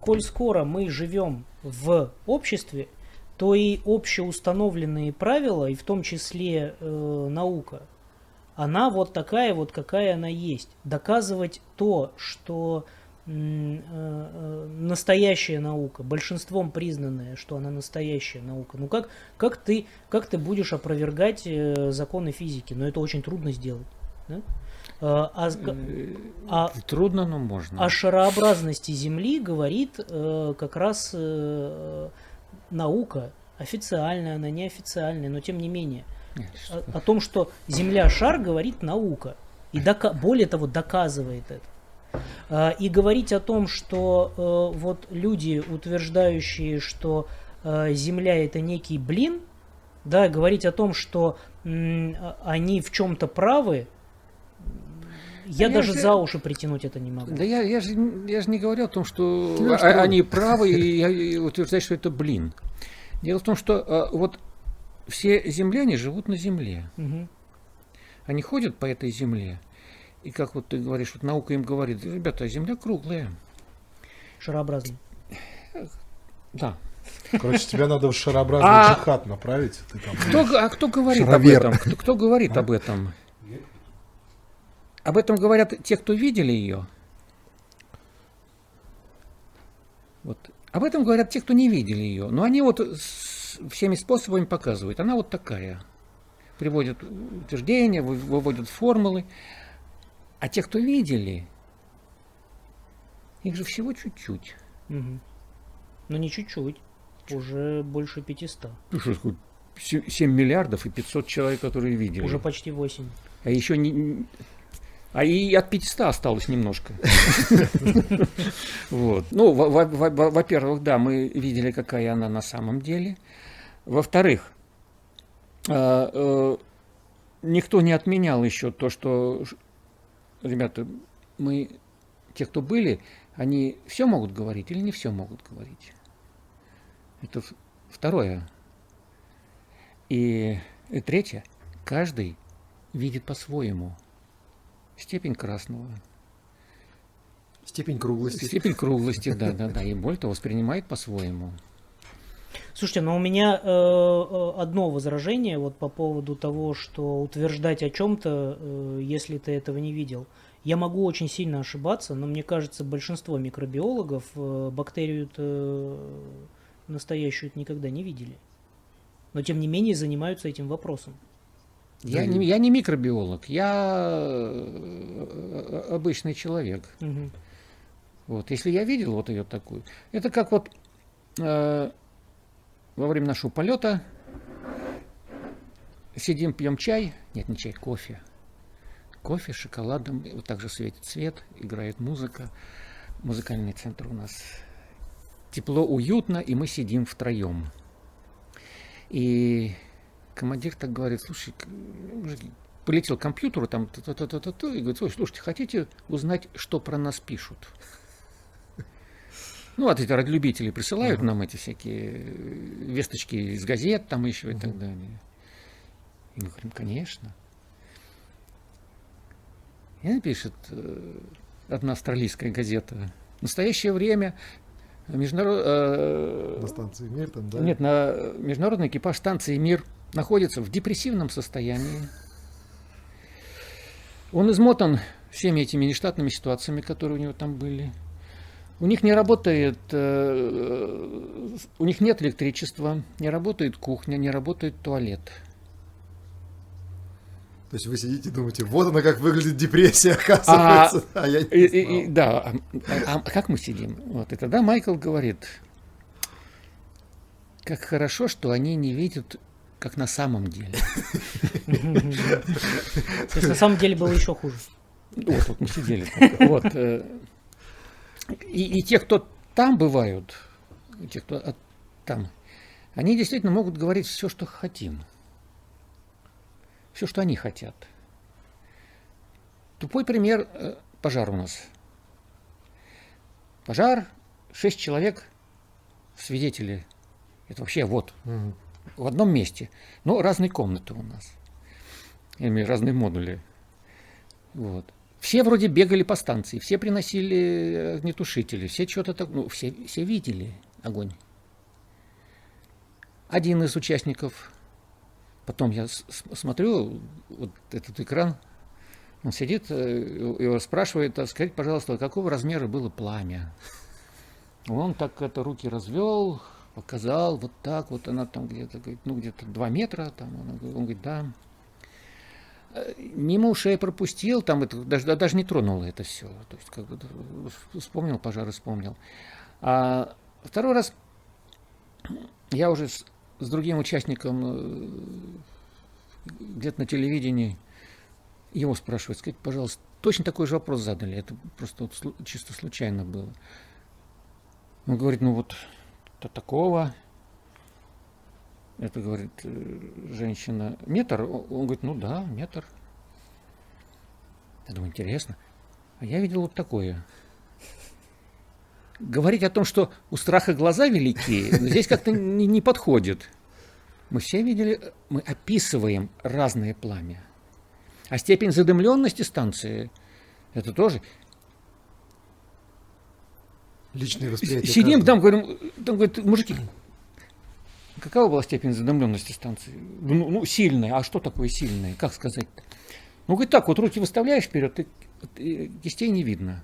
коль скоро мы живем в обществе, то и общеустановленные правила, и в том числе наука, она вот такая вот, какая она есть. Доказывать то, что настоящая наука, большинством признанная, что она настоящая наука. Ну как ты будешь опровергать законы физики? Но это очень трудно сделать. Да? Трудно, но можно. О шарообразности Земли говорит как раз наука, официальная, она неофициальная, но тем не менее. О том, что Земля шар, говорит наука. И более того, доказывает это. И говорить о том, что вот люди, утверждающие, что Земля это некий блин, да, говорить о том, что они в чем-то правы, я даже за уши притянуть это не могу. Да я же не говорю о том, что они правы, и я утверждаю, что это блин. Дело в том, что вот все земляне живут на Земле. Угу. Они ходят по этой Земле. И как вот ты говоришь, вот наука им говорит, ребята, Земля круглая. Шарообразная. Да. Короче, тебя надо в шарообразный джихад направить. Ты там... Кто говорит об этом? Кто говорит об этом? Об этом говорят те, кто видели ее. Вот. Об этом говорят те, кто не видели ее. Но они вот всеми способами показывают. Она вот такая. Приводят утверждения, выводят формулы. А те, кто видели, их же всего чуть-чуть. Угу. Ну не чуть-чуть, уже больше 500. Ну что, 7 миллиардов и 500 человек, которые видели. Уже почти 8. А еще не... А и от 500 осталось немножко. Вот. Ну, во-первых, да, мы видели, какая она на самом деле. Во-вторых, никто не отменял еще то, что... Ребята, те, кто были, они все могут говорить или не все могут говорить. Это второе. И третье. Каждый видит по-своему степень красного. Степень круглости. Степень круглости, да. И более того, воспринимает по-своему. Слушайте, но у меня одно возражение вот по поводу того, что утверждать о чем-то, если ты этого не видел. Я могу очень сильно ошибаться, но мне кажется, большинство микробиологов бактерию-то настоящую никогда не видели. Но тем не менее занимаются этим вопросом. Я не микробиолог, я обычный человек. Угу. Вот, если я видел вот ее такую, это как вот во время нашего полета сидим, пьем чай, нет, не чай, кофе. Кофе с шоколадом, вот так же светит свет, играет музыка. Музыкальный центр у нас тепло, уютно, и мы сидим втроем. И командир так говорит: слушай, полетел к компьютеру, там, и говорит: слушайте, хотите узнать, что про нас пишут? Ну, вот эти радиолюбители присылают нам эти всякие весточки из газет, там еще и так далее. И мы говорим: конечно. И пишет одна австралийская газета: в настоящее время на станции «Мир» там, да? Нет, международный экипаж станции «Мир» находится в депрессивном состоянии. Он измотан всеми этими нештатными ситуациями, которые у него там были. У них не работает, у них нет электричества, не работает кухня, не работает туалет. То есть вы сидите и думаете: вот она как выглядит депрессия, оказывается. Я не знал. Да, как мы сидим? Вот, и тогда Майкл говорит: как хорошо, что они не видят, как на самом деле. То есть на самом деле было еще хуже. Вот мы сидели. Вот. И те, кто там бывают, те, кто там, они действительно могут говорить все, что хотим. Все, что они хотят. Тупой пример: пожар у нас. Пожар, 6 человек, свидетели. Это вообще вот, в одном месте. Но разные комнаты у нас. Или разные модули. Вот. Все вроде бегали по станции, все приносили огнетушители, все что-то так, ну, все видели огонь. Один из участников, потом я смотрю, вот этот экран, он сидит, его спрашивает, скажите, пожалуйста, какого размера было пламя? Он так руки развел, показал, вот так, вот она там где-то, говорит, ну где-то 2 метра, там, он говорит, да. Мимо ушей пропустил, там это даже не тронуло это все. То есть, как бы, вспомнил пожар и вспомнил. А второй раз я уже с другим участником где-то на телевидении его спрашивают, скажите, пожалуйста, точно такой же вопрос задали, это просто вот чисто случайно было. Он говорит, ну вот такого. Это, говорит, женщина, метр? Он говорит, ну да, метр. Я думаю, интересно. А я видел вот такое. Говорить о том, что у страха глаза велики, здесь как-то не подходит. Мы все видели, мы описываем разное пламя. А степень задымленности станции, это тоже... Личное восприятие. Сидим там, говорим, говорят, мужики, какова была степень задымленности станции? Ну, сильная. А что такое сильная? Как сказать-то? Ну, говорит, так, вот руки выставляешь вперед, и кистей не видно.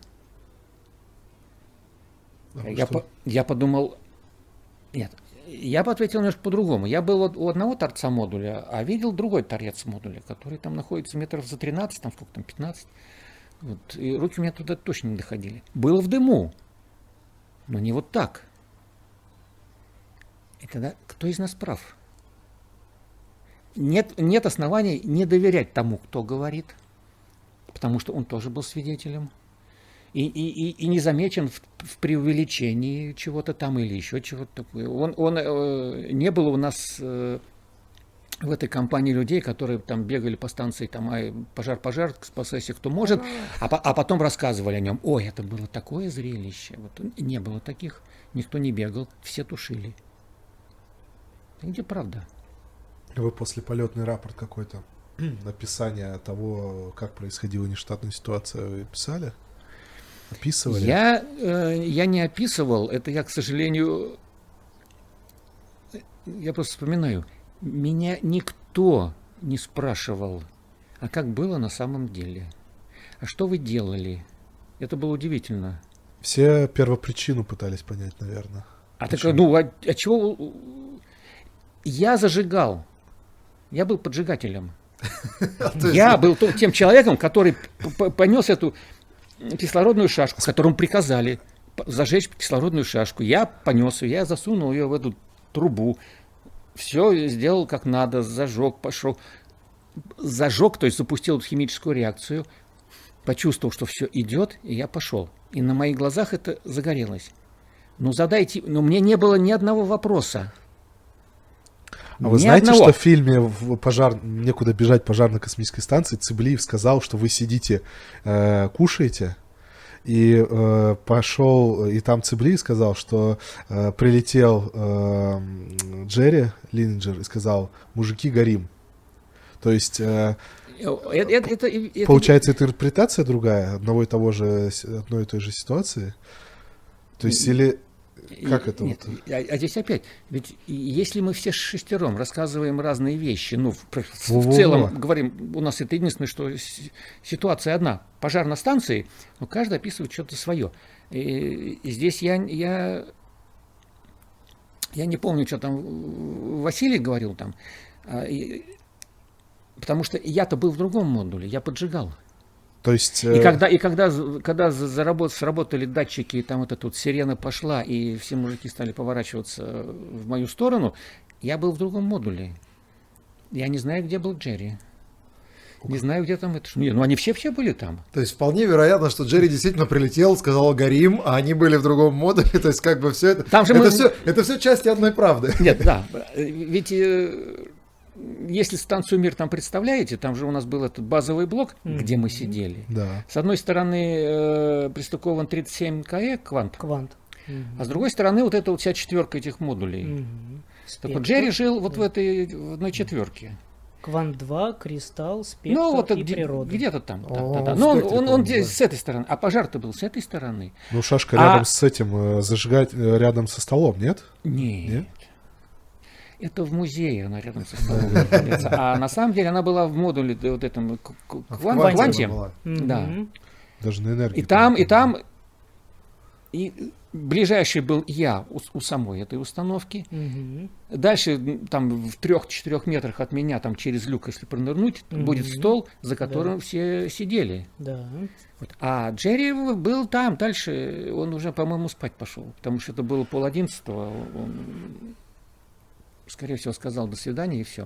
Я подумал, нет, я бы ответил немножко по-другому. Я был у одного торца модуля, а видел другой торец модуля, который там находится метров за 13, там сколько там, 15. Вот, и руки у меня туда точно не доходили. Было в дыму, но не вот так. И тогда кто из нас прав? Нет оснований не доверять тому, кто говорит, потому что он тоже был свидетелем. И не замечен в преувеличении чего-то там или еще чего-то такое. Не было у нас в этой компании людей, которые там бегали по станции, там, пожар, спасайся, кто может, а потом рассказывали о нем. Ой, это было такое зрелище. Вот, не было таких, никто не бегал, все тушили. Где правда? Вы послеполетный рапорт какой-то, описание того, как происходила нештатная ситуация, вы писали? Описывали? Я не описывал, это я, к сожалению, я просто вспоминаю, меня никто не спрашивал, а как было на самом деле, а что вы делали, это было удивительно. Все первопричину пытались понять, наверное. А чего... Я зажигал, я был поджигателем. Я был тем человеком, который понес эту кислородную шашку, которому приказали зажечь кислородную шашку. Я понес ее, я засунул ее в эту трубу. Все сделал как надо, зажег, пошел. Зажег, то есть запустил эту химическую реакцию, почувствовал, что все идет, и я пошел. И на моих глазах это загорелось. Но мне не было ни одного вопроса. А вы знаете, что в фильме «Некуда бежать. Пожар на космической станции» Цыблиев сказал, что вы сидите, кушаете, и пошел, и там Цыблиев сказал, что прилетел Джерри Линнинджер и сказал: «Мужики, горим». То есть, получается, это интерпретация другая одной и той же ситуации? То есть, или... Как это? Нет, а здесь опять, ведь если мы все шестером рассказываем разные вещи, в целом говорим, у нас это единственное, что ситуация одна, пожар на станции, но каждый описывает что-то свое. И здесь я не помню, что там Василий говорил там, потому что я-то был в другом модуле, я поджигал. То есть, и когда сработали датчики, и там вот сирена пошла, и все мужики стали поворачиваться в мою сторону, я был в другом модуле. Я не знаю, где был Джерри. Не знаю, где там это. Они все были там. То есть вполне вероятно, что Джерри действительно прилетел, сказал «горим», а они были в другом модуле. То есть как бы все это... Это все части одной правды. Нет, да. Ведь... Если станцию «Мир» там представляете, там же у нас был этот базовый блок, где мы сидели. Да. С одной стороны пристыкован 37 КЭ, квант. А с другой стороны вот вся четверка этих модулей. Так вот Джерри жил вот в одной четверке. Квант-2, Кристалл, Спектр и Природа. Где-то там. Да. Но он здесь с этой стороны. А пожар-то был с этой стороны. Ну, шашка рядом с этим, зажигать рядом со столом, нет? Нет. Это в музее она рядом со столом находится. А на самом деле она была в модуле вот этом Кванте. Да. Даже на энергии. И там ближайший был я у самой этой установки. Дальше там в 3-4 метрах от меня, там через люк, если пронырнуть, будет стол, за которым все сидели. Да. Вот. А Джерри был там, дальше он уже, по-моему, спать пошел, потому что это было 10:30. Он, скорее всего, сказал до свидания и все.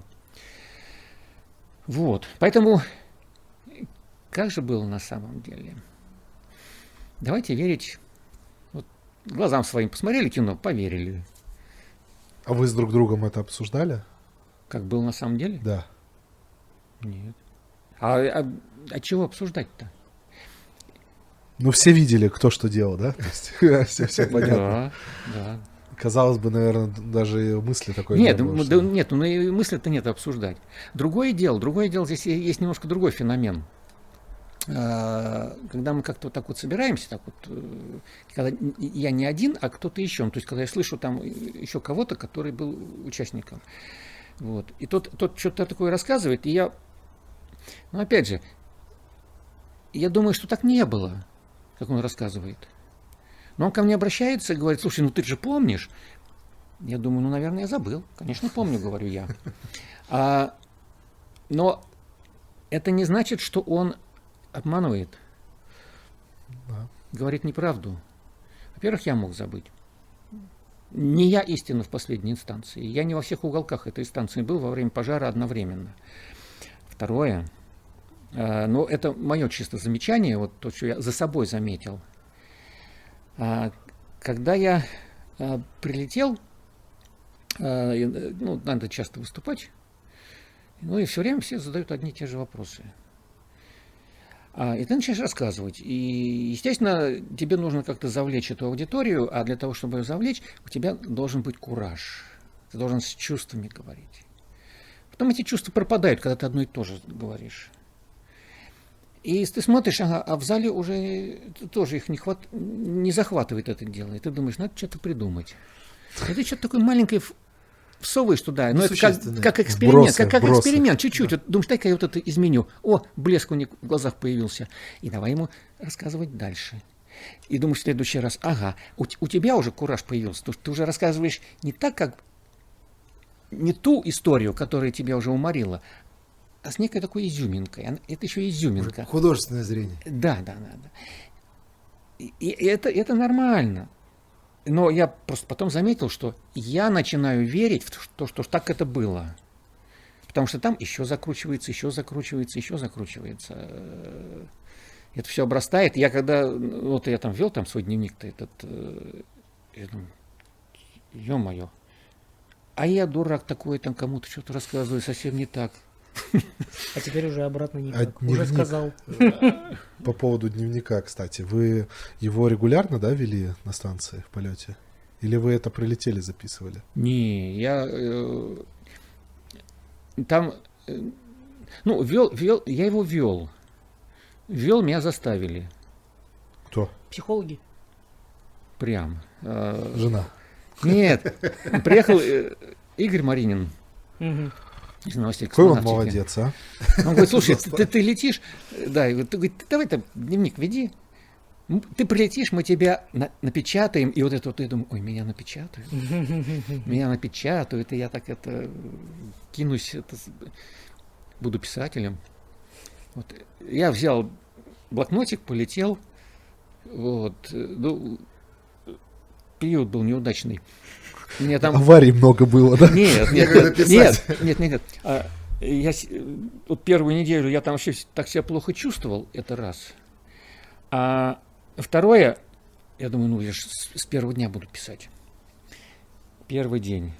Вот. Поэтому как же было на самом деле? Давайте верить. Вот, глазам своим посмотрели кино, поверили. А вы с друг другом это обсуждали? Как было на самом деле? Да. Нет. А чего обсуждать-то? Ну, все видели, кто что делал, да? Все понятно. Да. Казалось бы, наверное, даже мысли такой нет. Нет, ну и мысли-то нет обсуждать. Другое дело, здесь есть немножко другой феномен. Когда мы как-то вот так вот собираемся, так вот, когда я не один, а кто-то еще, то есть когда я слышу там еще кого-то, который был участником, вот, и тот что-то такое рассказывает, и я, ну опять же, я думаю, что так не было, как он рассказывает, но он ко мне обращается и говорит: слушай, ну ты же помнишь? Я думаю, ну, наверное, я забыл, конечно, помню, говорю я, но это не значит, что он обманывает, говорит неправду. Во-первых, я мог забыть. Не я истина в последней инстанции. Я не во всех уголках этой станции был во время пожара одновременно. Второе, но это мое чисто замечание, вот то, что я за собой заметил. Когда я прилетел, ну, надо часто выступать, ну и все время все задают одни и те же вопросы. И ты начинаешь рассказывать. И, естественно, тебе нужно как-то завлечь эту аудиторию, а для того, чтобы ее завлечь, у тебя должен быть кураж. Ты должен с чувствами говорить. Потом эти чувства пропадают, когда ты одно и то же говоришь. И ты смотришь, а в зале уже тоже их не захватывает это дело. И ты думаешь, надо что-то придумать. И ты что-то такое маленькое всовываешь туда, но это как эксперимент, как эксперимент, чуть-чуть. Вот, думаешь, дай-ка я вот это изменю. О, блеск у них в глазах появился. И давай ему рассказывать дальше. И думаешь в следующий раз, ага, у тебя уже кураж появился. Ты уже рассказываешь не так, как не ту историю, которая тебя уже уморила, а с некой такой изюминкой. Это еще изюминка. Художественное зрение. Да. И это нормально. Но я просто потом заметил, что я начинаю верить в то, что так это было. Потому что там еще закручивается. Это все обрастает. Я когда, вот я там вел там свой дневник-то этот, я думаю, ё-моё. А я дурак такой, там кому-то что-то рассказываю, совсем не так. А теперь уже обратно никак. Уже сказал. По поводу дневника, кстати, вы его регулярно, да, вели на станции в полете? Или вы это прилетели, записывали? Не, я там, ну, я его вел. Вел, меня заставили. Кто? Психологи. Прям. Жена. Нет, приехал Игорь Маринин. Из новостей космонавтики. Какой он молодец, а? Он говорит, слушай, ты летишь, да, и ты говорит, давай там дневник веди. Ты прилетишь, мы тебя напечатаем, и вот это вот я думаю, ой, меня напечатают. Меня напечатают, и я так это кинусь, буду писателем. Вот. Я взял блокнотик, полетел. Вот. Ну, период был неудачный. Мне там... Аварий много было, да? Нет. Я вот первую неделю я там вообще так себя плохо чувствовал, это раз. А второе, я думаю, ну я же с первого дня буду писать. Первый день,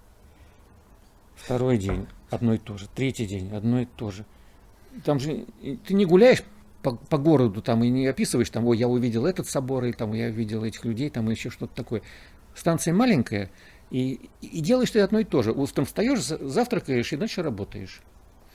второй день, одно и то же, третий день, одно и то же. Там же ты не гуляешь по городу там и не описываешь там, ой, я увидел этот собор, или там я увидел этих людей, там еще что-то такое. Станция маленькая, и делаешь ты одно и то же. Утром встаешь, завтракаешь и дальше работаешь.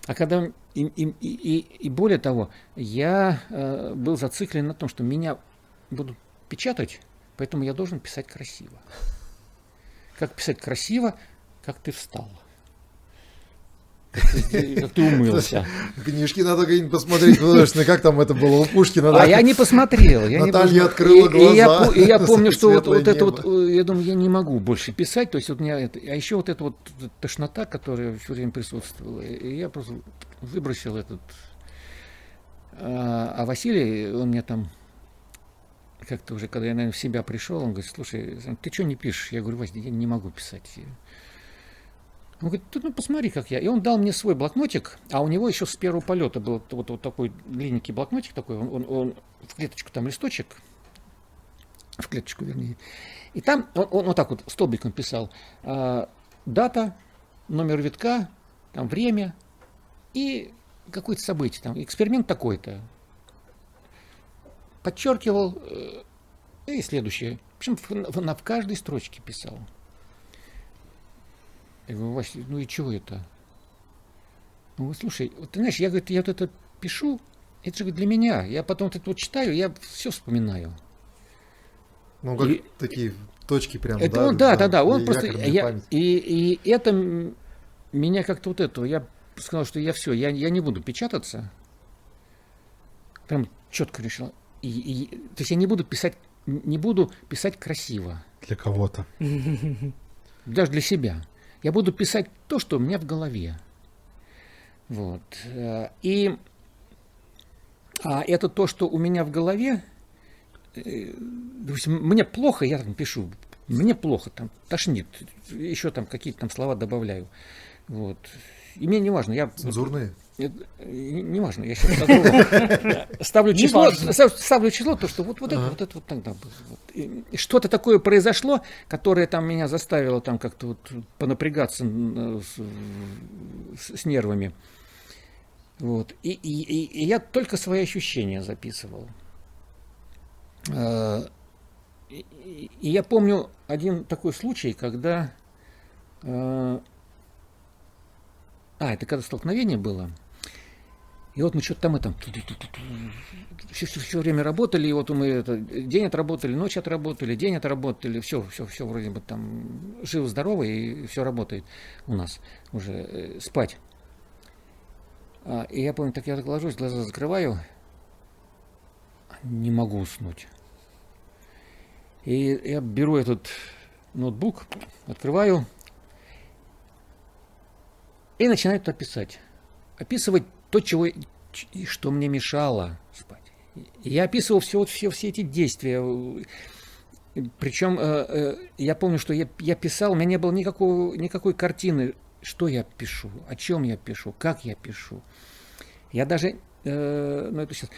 А когда и более того, я был зациклен на том, что меня будут печатать, поэтому я должен писать красиво. Как писать красиво, как ты встал. Как ты умылся. Книжки надо посмотреть художественные, как там это было у Пушкина. А я не посмотрел. Наталья открыла глаза. И я помню, что вот это вот, я думаю, я не могу больше писать. То есть вот у меня это, а еще вот эта вот тошнота, которая все время присутствовала. И я просто выбросил этот. А Василий, он мне там как-то уже, когда я, наверное, в себя пришел, он говорит: слушай, ты что не пишешь? Я говорю: Вася, я не могу писать. Он говорит: ну посмотри, как я. И он дал мне свой блокнотик, а у него еще с первого полета был вот такой длинненький блокнотик такой, он в клеточку там листочек, в клеточку вернее. И там он вот так вот столбиком писал: дата, номер витка, там время и какое-то событие, там эксперимент такой-то. Подчеркивал и следующее. Причем в каждой строчке писал. Я говорю: Вася, ну и чего это? Он говорит: слушай, вот ты знаешь, я, говорит, я вот это пишу, это же для меня. Я потом вот это вот читаю, я все вспоминаю. Ну, как такие точки прям, это да? Да. Он просто, и это меня как-то вот это, я сказал, что я все, я не буду печататься. Прям четко решил. То есть я не буду писать красиво. Для кого-то. Даже для себя. Я буду писать то, что у меня в голове. Вот. И это то, что у меня в голове. Допустим, мне плохо, я там пишу. Мне плохо, там тошнит. Еще там какие-то там слова добавляю. Вот. И мне не важно. Цензурные? Не важно. Я сейчас ставлю число, то, что вот это вот тогда было. Что-то такое произошло, которое там меня заставило там как-то вот понапрягаться с нервами. Вот. И я только свои ощущения записывал. И я помню один такой случай, когда... это когда столкновение было. И вот мы что-то там все время работали, и вот мы день отработали, ночь отработали, день отработали, все вроде бы там живо-здорово, и все работает у нас уже спать. И я помню, так я ложусь, глаза закрываю, не могу уснуть. И я беру этот ноутбук, открываю и начинаю это писать. Описывать то, что мне мешало спать. Я описывал все эти действия. Причем я помню, что я писал, у меня не было никакой картины, что я пишу, о чем я пишу, как я пишу. Я даже, это сейчас,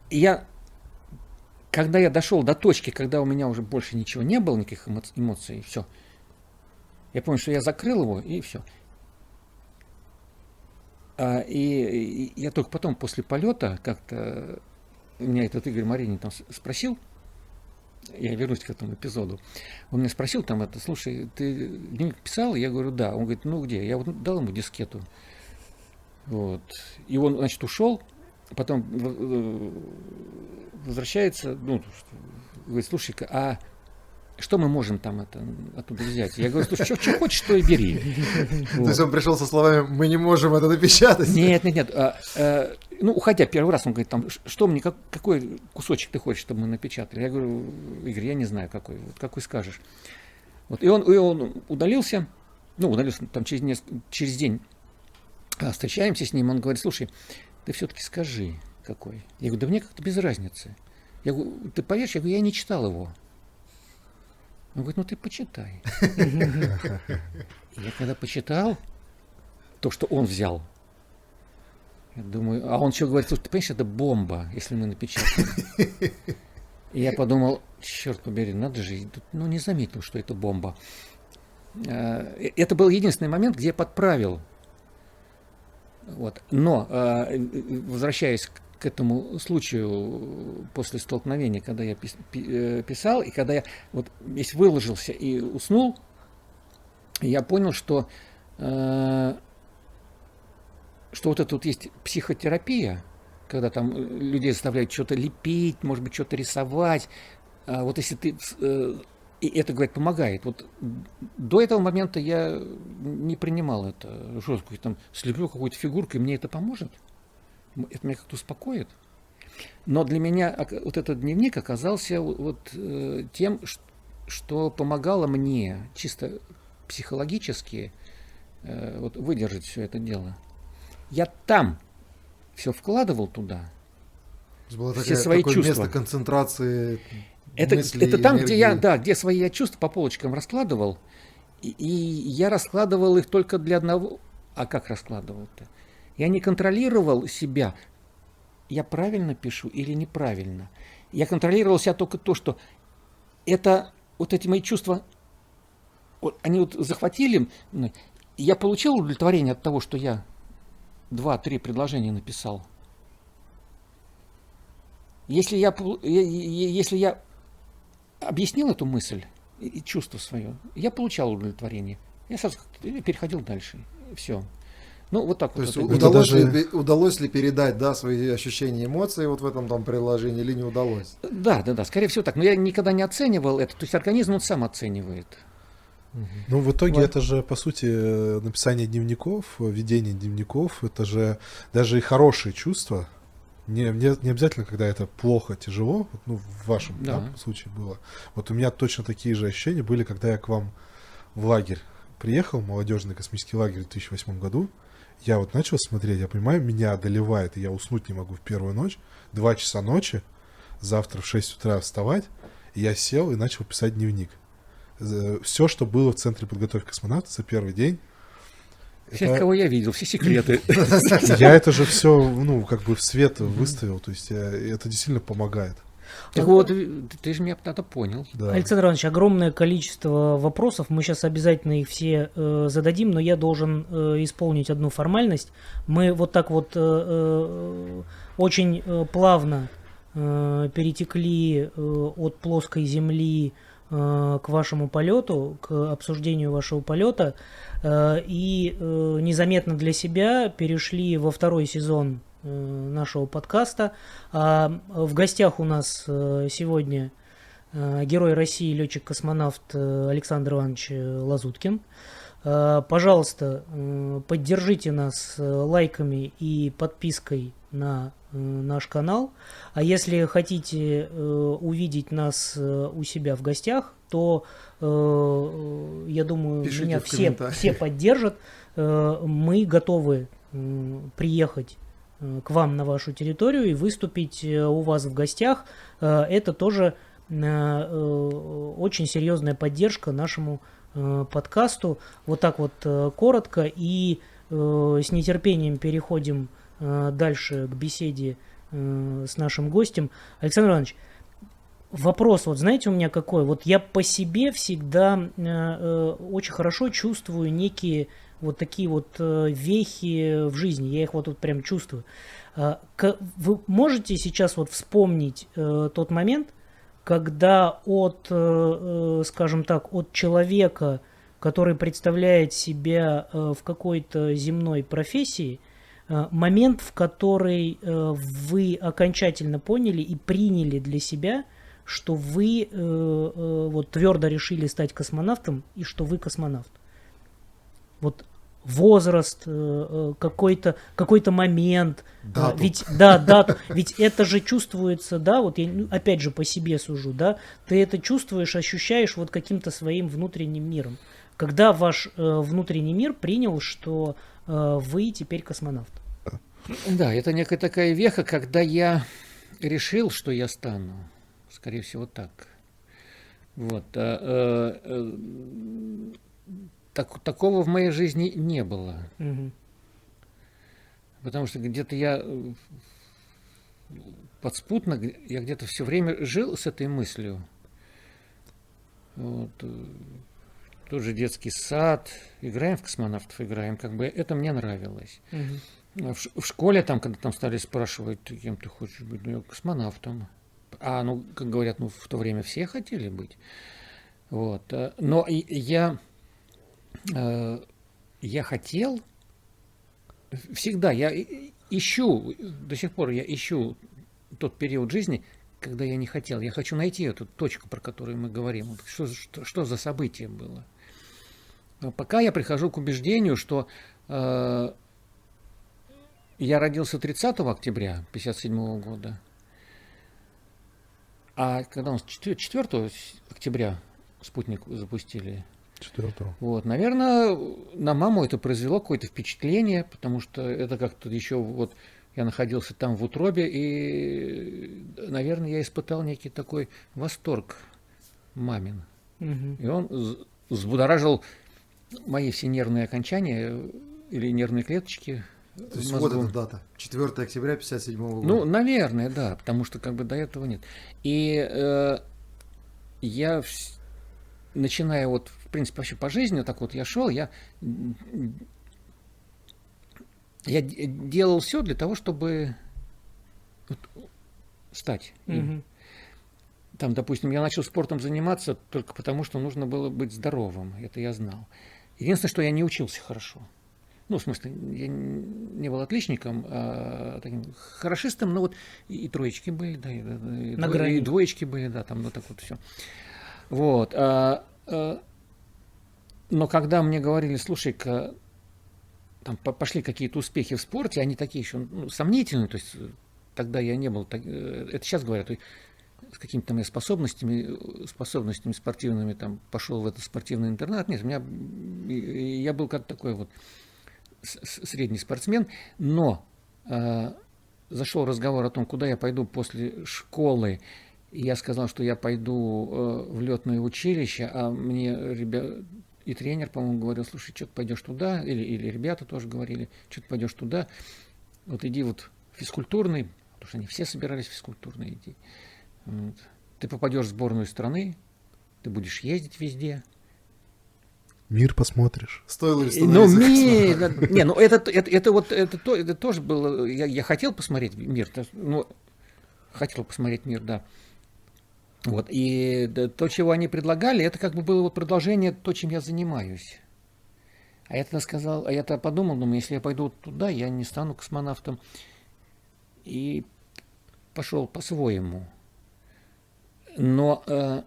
когда я дошел до точки, когда у меня уже больше ничего не было, никаких эмоций, все. Я помню, что я закрыл его, и все. И я только потом, после полета, как-то меня этот Игорь Маринин там спросил, я вернусь к этому эпизоду, он меня спросил там это: слушай, ты дневник писал? Я говорю: да. Он говорит: ну где? Я вот дал ему дискету. Вот. И он, значит, ушел, потом возвращается, говорит: слушай-ка, а что мы можем там оттуда взять? Я говорю: слушай, что хочешь, то и бери. То есть он пришел со словами: мы не можем это напечатать? Нет. Уходя первый раз, он говорит: там, что мне, какой кусочек ты хочешь, чтобы мы напечатали? Я говорю: Игорь, я не знаю, какой скажешь. Вот. И он удалился, там через день встречаемся с ним, он говорит: слушай, ты все-таки скажи, какой. Я говорю: да мне как-то без разницы. Я говорю: ты поверишь? Я говорю: я не читал его. Он говорит: ну ты почитай. Я когда почитал то, что он взял, я думаю, а он еще говорит: слушай, ты понимаешь, это бомба, если мы напечатаем. И я подумал: черт побери, надо же, не заметил, что это бомба. Это был единственный момент, где я подправил. Вот. Но, возвращаясь к этому случаю после столкновения, когда я писал, и когда я вот весь выложился и уснул, я понял, что что вот это вот есть психотерапия, когда там людей заставляют что-то лепить, может быть, что-то рисовать. А вот если ты... И это, говорит, помогает. Вот до этого момента я не принимал это. Что, там, слеплю какую-то фигурку, и мне это поможет? Это меня как-то успокоит. Но для меня вот этот дневник оказался вот тем, что помогало мне чисто психологически вот выдержать все это дело. Я там все вкладывал туда. Было все свои чувства. Место концентрации мыслей, это там, энергии. где свои я чувства по полочкам раскладывал. И я раскладывал их только для одного. А как раскладывал-то? Я не контролировал себя. Я правильно пишу или неправильно? Я контролировал себя только то, что это вот эти мои чувства, они вот захватили. Я получил удовлетворение от того, что я 2-3 предложения написал. Если я объяснил эту мысль и чувство свое, я получал удовлетворение. Я сразу переходил дальше. Все. Ну, вот так. То вот. есть удалось ли передать, да, свои ощущения, эмоции вот в этом там приложении или не удалось? Да. Скорее всего так. Но я никогда не оценивал это. То есть организм он сам оценивает. Ну, в итоге это же, по сути, написание дневников, ведение дневников, это же даже и хорошие чувства. Не обязательно, когда это плохо, тяжело, ну, в вашем случае было. Вот у меня точно такие же ощущения были, когда я к вам в лагерь приехал, молодежный космический лагерь в 2008 году. Я вот начал смотреть, я понимаю, меня одолевает, и я уснуть не могу в первую ночь, 2 часа ночи, завтра в 6 утра вставать, и я сел и начал писать дневник. Все, что было в Центре подготовки космонавтов за первый день. Всех, кого я видел, все секреты. Я это же все, ну, как бы в свет выставил, то есть это действительно помогает. Так вот, ты же меня тогда понял. Да. Александр Иванович, огромное количество вопросов, мы сейчас обязательно их все зададим, но я должен исполнить одну формальность. Мы вот так вот очень плавно перетекли от плоской Земли к вашему полету, к обсуждению вашего полета, и незаметно для себя перешли во 2-й сезон нашего подкаста. В гостях у нас сегодня герой России, летчик-космонавт Александр Иванович Лазуткин. Пожалуйста, поддержите нас лайками и подпиской на наш канал. А если хотите увидеть нас у себя в гостях, то я думаю, пишите меня все поддержат. Мы готовы приехать к вам на вашу территорию и выступить у вас в гостях. Это тоже очень серьезная поддержка нашему подкасту. Вот так вот коротко, и с нетерпением переходим дальше к беседе с нашим гостем. Александр Иванович, вопрос, вот знаете, у меня какой? Вот я по себе всегда очень хорошо чувствую некие вот такие вот вехи в жизни, я их вот прям чувствую. Вы можете сейчас вот вспомнить тот момент, когда от, скажем так, от человека, который представляет себя в какой-то земной профессии, момент, в который вы окончательно поняли и приняли для себя, что вы вот твердо решили стать космонавтом и что вы космонавт? Вот возраст, какой-то момент, дату. Дату, ведь это же чувствуется, да, вот я опять же по себе сужу, да, ты это чувствуешь, ощущаешь вот каким-то своим внутренним миром. Когда ваш внутренний мир принял, что вы теперь космонавт? Да, это некая такая веха, когда я решил, что я стану, скорее всего, так. Вот. Такого в моей жизни не было. Угу. Потому что где-то я подспутно, я где-то все время жил с этой мыслью. Вот. Тот же детский сад, играем в космонавтов, играем, как бы это мне нравилось. Угу. В школе, там, когда там стали спрашивать, кем ты хочешь быть, ну, я космонавтом. Ну, как говорят, ну, в то время все хотели быть. Вот. Но я хотел, всегда я ищу, до сих пор я ищу тот период жизни, когда я не хотел. Я хочу найти эту точку, про которую мы говорим. Что за событие было? Пока я прихожу к убеждению, что я родился 30 октября 1957 года, а когда у нас 4 октября спутник запустили, 4-го. Вот, наверное, на маму это произвело какое-то впечатление, потому что это как-то еще вот я находился там в утробе, и, наверное, я испытал некий такой восторг мамин. И он взбудоражил мои все нервные окончания или нервные клеточки. То есть вот эта дата, 4 октября 1957 года. Ну, наверное, да, потому что как бы до этого нет. И я, начиная вот, в принципе, вообще по жизни, так вот я шел, я делал все для того, чтобы вот стать им. Там, допустим, я начал спортом заниматься только потому, что нужно было быть здоровым, это я знал. Единственное, что я не учился хорошо. Ну, в смысле, я не был отличником, а таким хорошистом, но вот и троечки были, да, и двоечки были, да, там вот так вот все. Вот. Но когда мне говорили, слушай-ка, там пошли какие-то успехи в спорте, они такие еще сомнительные, то есть тогда я не был, это сейчас говорят, с какими-то там способностями спортивными, там пошел в этот спортивный интернат. Нет, я был как такой вот средний спортсмен, но зашел разговор о том, куда я пойду после школы, и я сказал, что я пойду в летное училище, а мне и тренер, по-моему, говорил, слушай, что ты пойдешь туда, или ребята тоже говорили, что ты пойдешь туда, вот иди вот в физкультурный, потому что они все собирались в физкультурный идти. Вот. Ты попадешь в сборную страны, ты будешь ездить везде. Мир посмотришь. Стоило ли становиться это тоже было. Я хотел посмотреть мир, да. Вот. И то, чего они предлагали, это как бы было вот продолжение то, чем я занимаюсь. А я-то подумал, думаю, если я пойду туда, я не стану космонавтом. И пошел по-своему. Но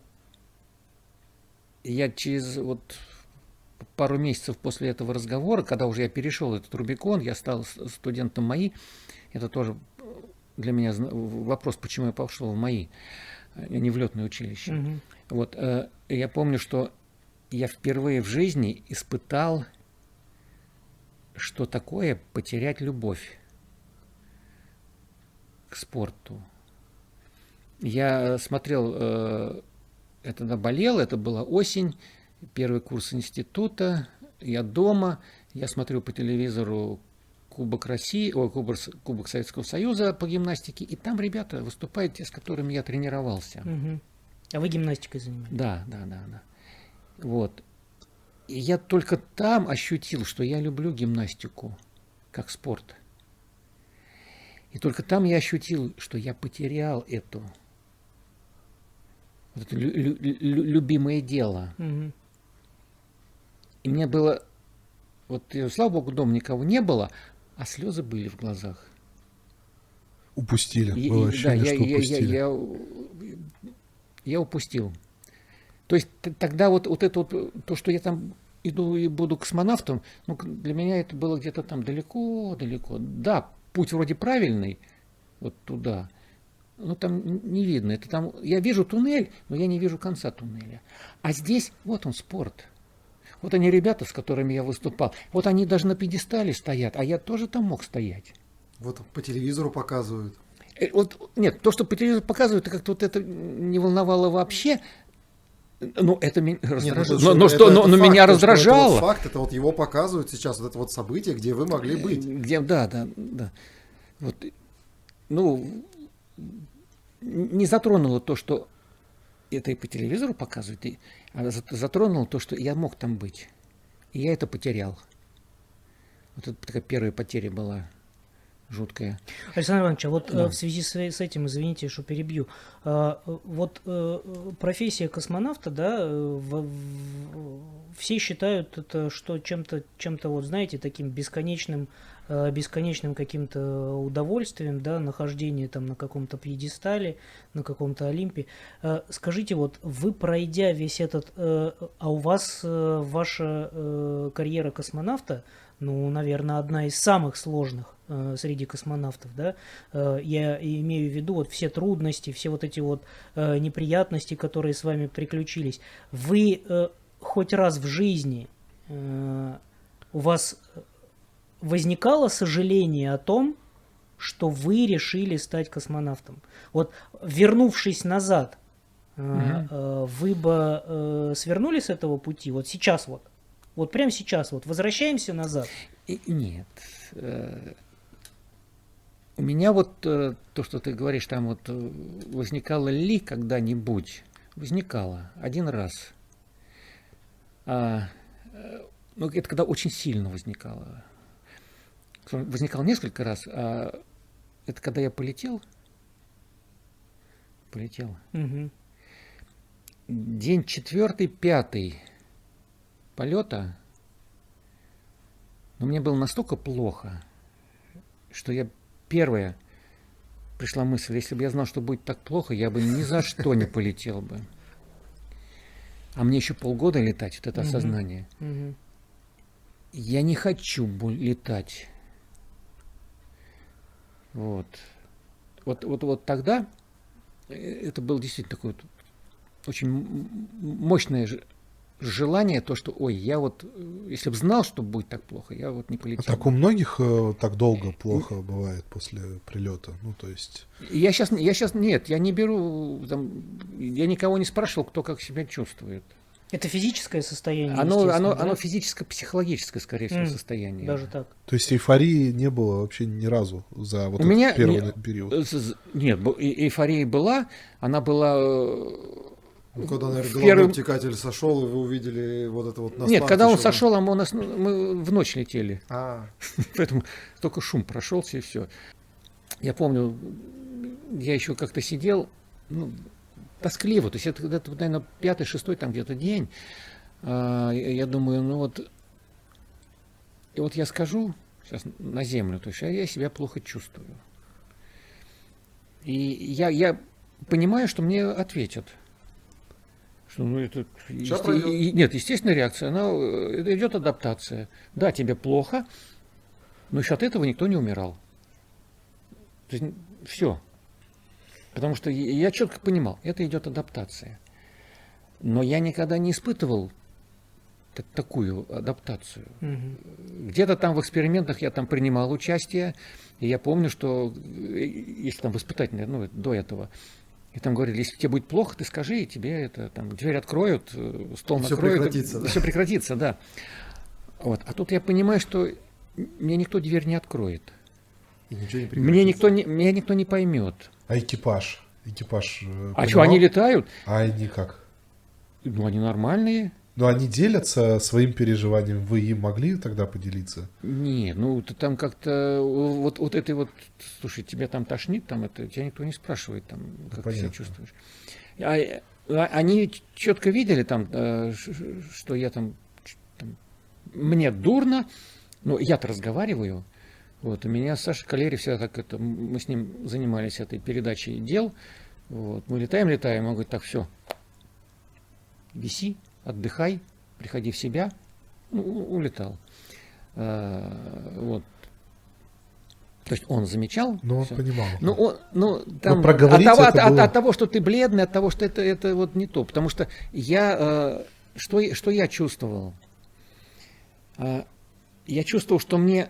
я через вот пару месяцев после этого разговора, когда уже я перешел этот Рубикон, я стал студентом МАИ, это тоже для меня вопрос, почему я пошел в МАИ, а не в летное училище. Вот, я помню, что я впервые в жизни испытал, что такое потерять любовь к спорту. Я смотрел, я тогда болел, это была осень, первый курс института, я дома, я смотрю по телевизору Кубок России, Кубок Советского Союза по гимнастике, и там ребята выступают, те, с которыми я тренировался. А вы гимнастикой занимались? Да. Вот. И я только там ощутил, что я люблю гимнастику как спорт. И только там я ощутил, что я потерял это любимое дело. И мне было, вот, слава богу, дома никого не было, а слезы были в глазах. Упустили. Было ощущение, что упустили. Я упустил. То есть тогда вот это вот, то, что я там иду и буду космонавтом, ну, для меня это было где-то там далеко-далеко. Да, путь вроде правильный, вот туда, но там не видно. Это там, я вижу туннель, но я не вижу конца туннеля. А здесь, вот он, спорт. Вот они, ребята, с которыми я выступал. Вот они даже на пьедестале стоят, а я тоже там мог стоять. Вот по телевизору показывают. Вот, нет, то, что по телевизору показывают, как-то вот это не волновало вообще. Ну, это меня раздражало. Но меня раздражало. Это вот факт, это вот его показывают сейчас, вот это вот событие, где вы могли быть. Да. Вот, ну, не затронуло то, что это и по телевизору показывают, а затронуло то, что я мог там быть. И я это потерял. Вот это такая первая потеря была жуткая. Александр Иванович, а вот в связи с этим, извините, что перебью, вот профессия космонавта, да, все считают это что чем-то вот, знаете, таким бесконечным бесконечным каким-то удовольствием, да, нахождение там на каком-то пьедестале, на каком-то Олимпе. Скажите, вот вы, пройдя весь этот... А у вас ваша карьера космонавта, ну, наверное, одна из самых сложных среди космонавтов, да? Я имею в виду вот все трудности, все вот эти вот неприятности, которые с вами приключились. Вы хоть раз в жизни у вас возникало сожаление о том, что вы решили стать космонавтом? Вот, вернувшись назад, вы бы свернули с этого пути? Вот сейчас вот. Вот прямо сейчас вот. Возвращаемся назад. Нет. У меня вот то, что ты говоришь, там вот возникало ли когда-нибудь? Возникало. Один раз. Ну, это когда очень сильно возникало. Возникало несколько раз. Это когда я полетел. Угу. День 4-5 полета. Но мне было настолько плохо, что я первая пришла мысль, если бы я знал, что будет так плохо, я бы ни за что не полетел бы. А мне еще полгода летать, вот это осознание. Я не хочу летать. Вот тогда это было действительно такое очень мощное желание, то, что, ой, я вот, если бы знал, что будет так плохо, я вот не полетел. Так у многих так долго плохо бывает после прилета, ну, то есть... Я сейчас нет, я не беру, там, я никого не спрашивал, кто как себя чувствует. Это физическое состояние? Оно физическо-психологическое, скорее всего, состояние. Даже так. То есть эйфории не было вообще ни разу за вот этот первый период? Нет, эйфория была, она была... Ну, когда, наверное, головной обтекатель сошел, и вы увидели вот это вот на Нет, когда он сошел, мы в ночь летели. Поэтому только шум прошелся, и все. Я помню, я еще как-то сидел, тоскливо, то есть это, наверное, 5-6 там где-то день. Я думаю, ну вот, и вот я скажу сейчас на землю, то есть я себя плохо чувствую. И я понимаю, что мне ответят. Что, это, нет, естественная реакция, это идет адаптация. Да, тебе плохо, но еще от этого никто не умирал. То есть все. Потому что я четко понимал, это идет адаптация. Но я никогда не испытывал такую адаптацию. Где-то там в экспериментах я там принимал участие, и я помню, что если там в испытательной, до этого, и там говорили, если тебе будет плохо, ты скажи, и тебе это там дверь откроют, стол накроют. Все прекратится, да. Вот. А тут я понимаю, что мне никто дверь не откроет. И меня никто не поймет. А экипаж? А что, они летают? А они как? Ну, они нормальные. Но они делятся своим переживанием. Вы им могли тогда поделиться? Нет, ты там как-то вот этой вот, слушай, тебя там тошнит, там это тебя никто не спрашивает, там, как ты себя чувствуешь. Они четко видели там, что я там мне дурно, но я-то разговариваю. Вот, у меня Саша Калери всегда так это, мы с ним занимались этой передачей дел. Вот, мы летаем, он говорит, так, все, виси, отдыхай, приходи в себя. Улетал. Вот. То есть он замечал. Но он понимал. Там, от того, что ты бледный, от того, что это вот не то. Потому что что я чувствовал? Я чувствовал, что мне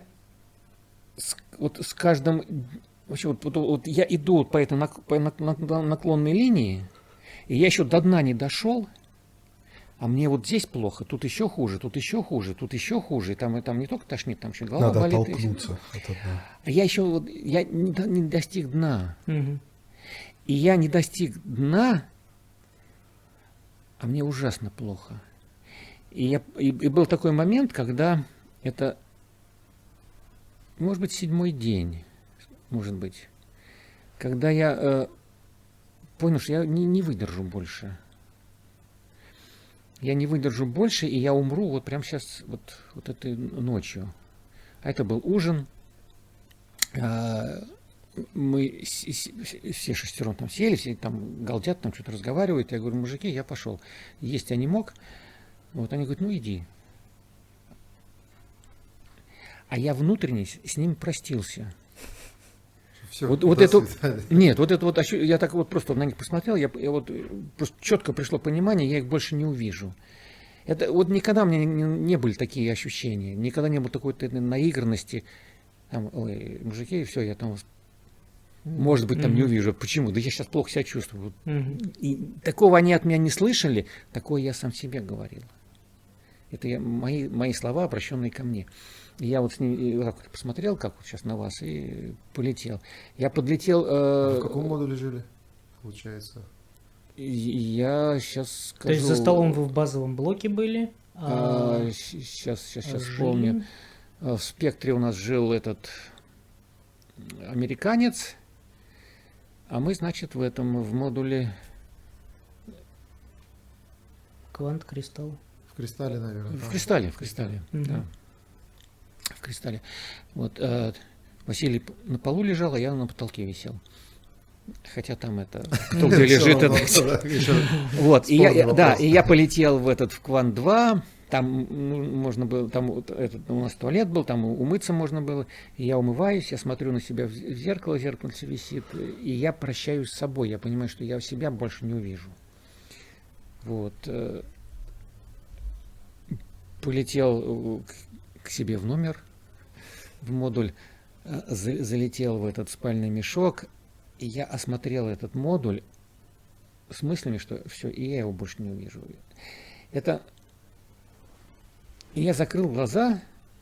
с каждым... Вообще, вот я иду по этой наклонной линии, и я еще до дна не дошел, а мне вот здесь плохо, тут еще хуже, тут еще хуже, тут еще хуже. И там не только тошнит, там еще голова болит. Надо оттолкнуться от дна. А я еще я не достиг дна. И я не достиг дна, а мне ужасно плохо. И был такой момент, когда это, может быть, 7-й день, может быть, когда я понял, что я не выдержу больше. Я не выдержу больше, и я умру вот прямо сейчас, вот этой ночью. А это был ужин, Мы все шестером там сели, все там галдят, там что-то разговаривают. Я говорю, мужики, я пошел. Есть я не мог. Вот они говорят, ну иди. А я внутренне с ними простился. Все, вот это, нет, вот это вот, я так вот просто на них посмотрел, я вот просто четко пришло понимание, я их больше не увижу. Это вот никогда у меня не были такие ощущения, никогда не было такой наигранности. Там, ой, мужики, все, я там, может быть, там не увижу. Почему? Да я сейчас плохо себя чувствую. И такого они от меня не слышали, такое я сам себе говорил. Это мои слова, обращенные ко мне. И я вот с ним вот так посмотрел, как вот сейчас на вас, и полетел. Я подлетел... в каком модуле жили, получается? Я сейчас скажу... То есть за столом вы в базовом блоке были? Сейчас вспомню. В спектре у нас жил этот американец, а мы, значит, в модуле... Квант, кристалл. В кристалле, наверное. В кристалле, да. В кристалле. Вот, Василий на полу лежал, а я на потолке висел. Хотя там это... Кто где лежит, это... Вот, и я полетел в Квант 2, там можно было, там у нас туалет был, там умыться можно было, и я умываюсь, я смотрю на себя в зеркало, зеркальце висит, и я прощаюсь с собой, я понимаю, что я себя больше не увижу. Вот. Полетел к себе в номер, в модуль, залетел в этот спальный мешок, и я осмотрел этот модуль с мыслями, что все, и я его больше не увижу. И я закрыл глаза,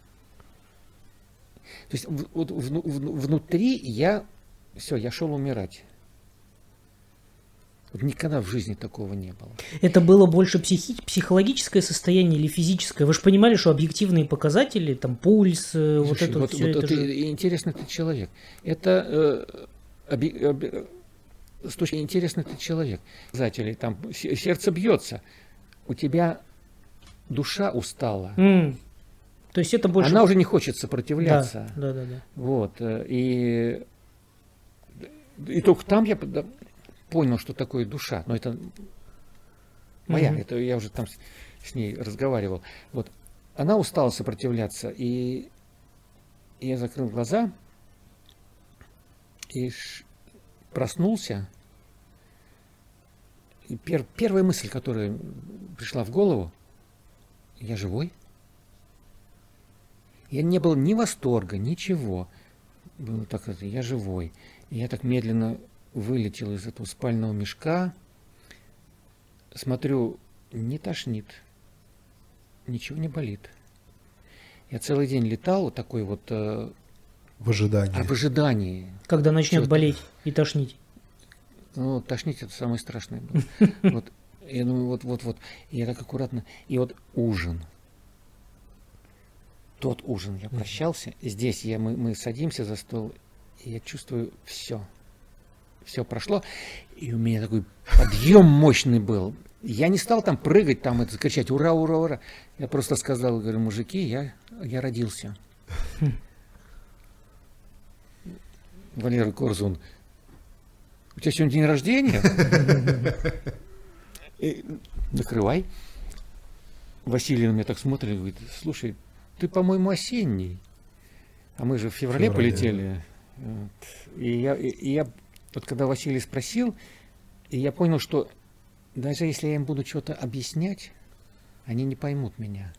то есть вот внутри я шел умирать. Вот никогда в жизни такого не было. Это было больше психологическое состояние или физическое? Вы же понимали, что объективные показатели, там пульс, Слушай, вот это вот все это же... Интересный ты человек. Это интересный ты человек. Там сердце бьется, у тебя душа устала. То есть это больше... Она уже не хочет сопротивляться. Да. Вот. И только там я понял, что такое душа. Но это моя. Это я уже там с ней разговаривал. Вот. Она устала сопротивляться. И я закрыл глаза и проснулся. И первая мысль, которая пришла в голову: я живой? Я не было ни восторга, ничего. Было так, я живой. И я так медленно вылетел из этого спального мешка. Смотрю, не тошнит, ничего не болит. Я целый день летал вот такой вот... В ожидании. В ожидании. Когда начнет болеть и тошнить. Ну, тошнить это самое страшное было. Вот. Я думаю, вот. И я так аккуратно. И вот ужин. Тот ужин. Я прощался. Здесь мы садимся за стол. И я чувствую все. Все прошло. И у меня такой подъем мощный был. Я не стал там прыгать, там это закричать ура, ура, ура. Я просто сказал, говорю, мужики, я родился. Валера Корзун: у тебя сегодня день рождения? Накрывай. Василий на меня так смотрит и говорит: слушай, ты, по-моему, осенний. А мы же в феврале полетели. Вот. И я вот когда Василий спросил, и я понял, что даже если я им буду что-то объяснять, они не поймут меня.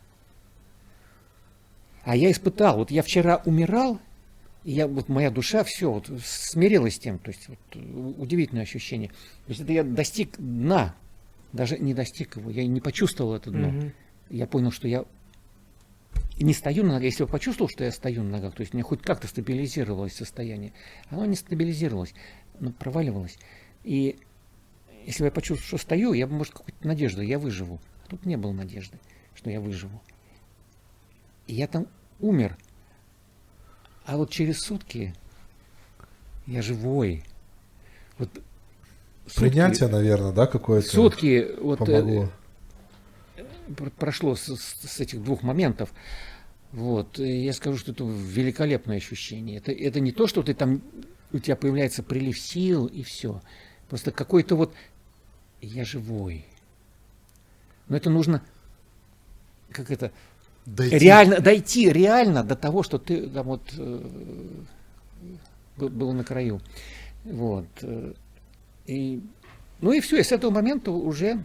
А я испытал, вот я вчера умирал, и моя душа все вот смирилась с тем, то есть вот, удивительное ощущение. То есть это я достиг дна, даже не достиг его, я не почувствовал это дно. Я понял, что я не стою на ногах. Если я почувствовал, что я стою на ногах, то есть у меня хоть как-то стабилизировалось состояние, оно не стабилизировалось, но проваливалось. И если бы я почувствовал, что стою, я бы, может, какую-то надежду, я выживу. А тут не было надежды, что я выживу. И я там умер. А вот через сутки я живой. Вот принятие, наверное, да, какое-то сутки помогло. Прошло с этих двух моментов. Вот. И я скажу, что это великолепное ощущение. Это не то, что ты там, у тебя появляется прилив сил и все. Просто какой-то вот я живой. Но это нужно дойти реально до того, что ты там вот был на краю. Вот. И все, и с этого момента уже,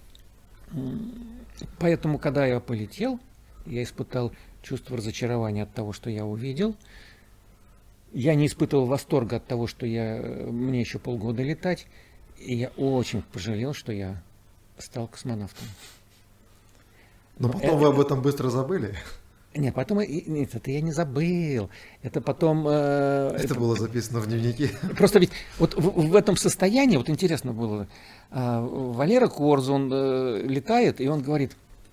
поэтому, когда я полетел, я испытал чувство разочарования от того, что я увидел. Я не испытывал восторга от того, что мне еще полгода летать. И я очень пожалел, что я стал космонавтом. Но потом вы об этом быстро забыли? Нет, потом это я не забыл. Это потом... это было записано в дневнике. Просто ведь вот в этом состоянии, вот интересно было, Валера Корз, он летает, и он говорит,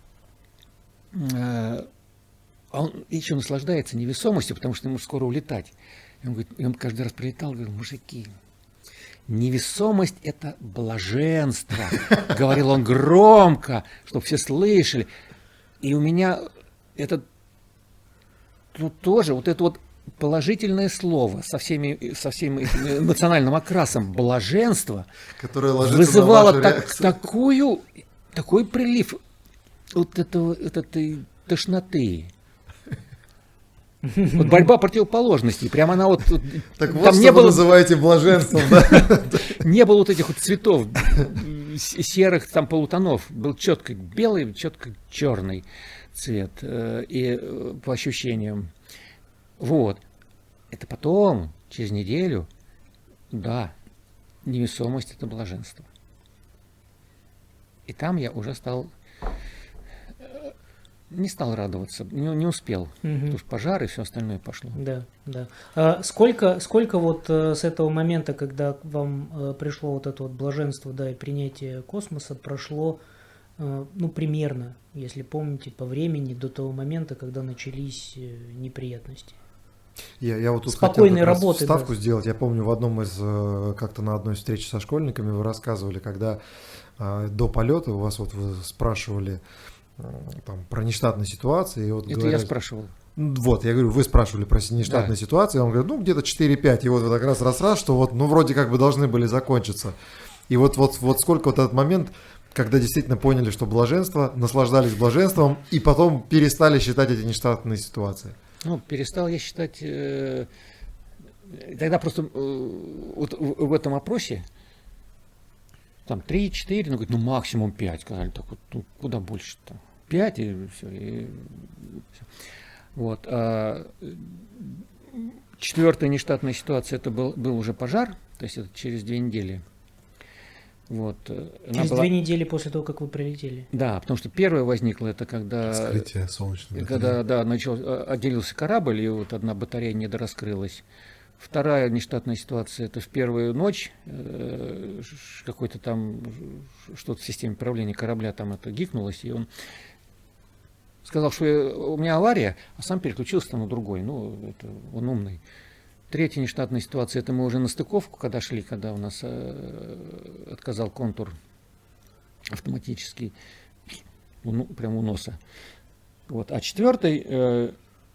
он еще наслаждается невесомостью, потому что ему скоро улетать. И он говорит, и он каждый раз прилетал, говорил, мужики, невесомость — это блаженство. Говорил он громко, чтобы все слышали. И у меня это тоже вот это вот положительное слово со всем эмоциональным окрасом блаженство, которое вызывало такой прилив вот этой тошноты. Вот борьба противоположностей. Прямо она вот... Так вот, что вы называете блаженством, да? Не было вот этих вот цветов серых там полутонов. Был четко белый, четко черный цвет. И по ощущениям. Вот. Это потом, через неделю, да, невесомость — это блаженство. И там я уже не стал радоваться, не успел, потому что пожар и все остальное пошло. Да, да. Сколько вот с этого момента, когда вам пришло вот это вот блаженство, да, и принятие космоса, прошло, примерно, если помните, по времени до того момента, когда начались неприятности? Я вот тут спокойной хотел работы, вставку сделать. Я помню, как-то на одной встрече со школьниками вы рассказывали, когда до полета у вас вот вы спрашивали там про нештатные ситуации. И вот это я спрашивал. Вот, я говорю, вы спрашивали про нештатные ситуации, он говорит, где-то 4-5, и вот вы так раз, что вот, вроде как бы должны были закончиться. И вот сколько вот этот момент, когда действительно поняли, что блаженство, наслаждались блаженством, и потом перестали считать эти нештатные ситуации. Перестал я считать, тогда просто вот в этом опросе, там 3-4, говорит, максимум 5, сказали, так вот, куда больше-то, 5 и все. Вот. Четвертая нештатная ситуация, это был уже пожар, то есть это через 2 недели. Вот. Через 2 недели после того, как вы прилетели? Да, потому что первое возникло, это когда... Вскрытие солнечной батареи. Когда отделился корабль, и вот одна батарея недораскрылась. Вторая нештатная ситуация, это в первую ночь какой-то там, что-то в системе управления корабля там это гикнулось, и он сказал, что у меня авария, а сам переключился там на другой, это он умный. Третья нештатная ситуация, это мы уже на стыковку, когда шли, когда у нас отказал контур автоматический, прямо у носа. Вот. А четвертый,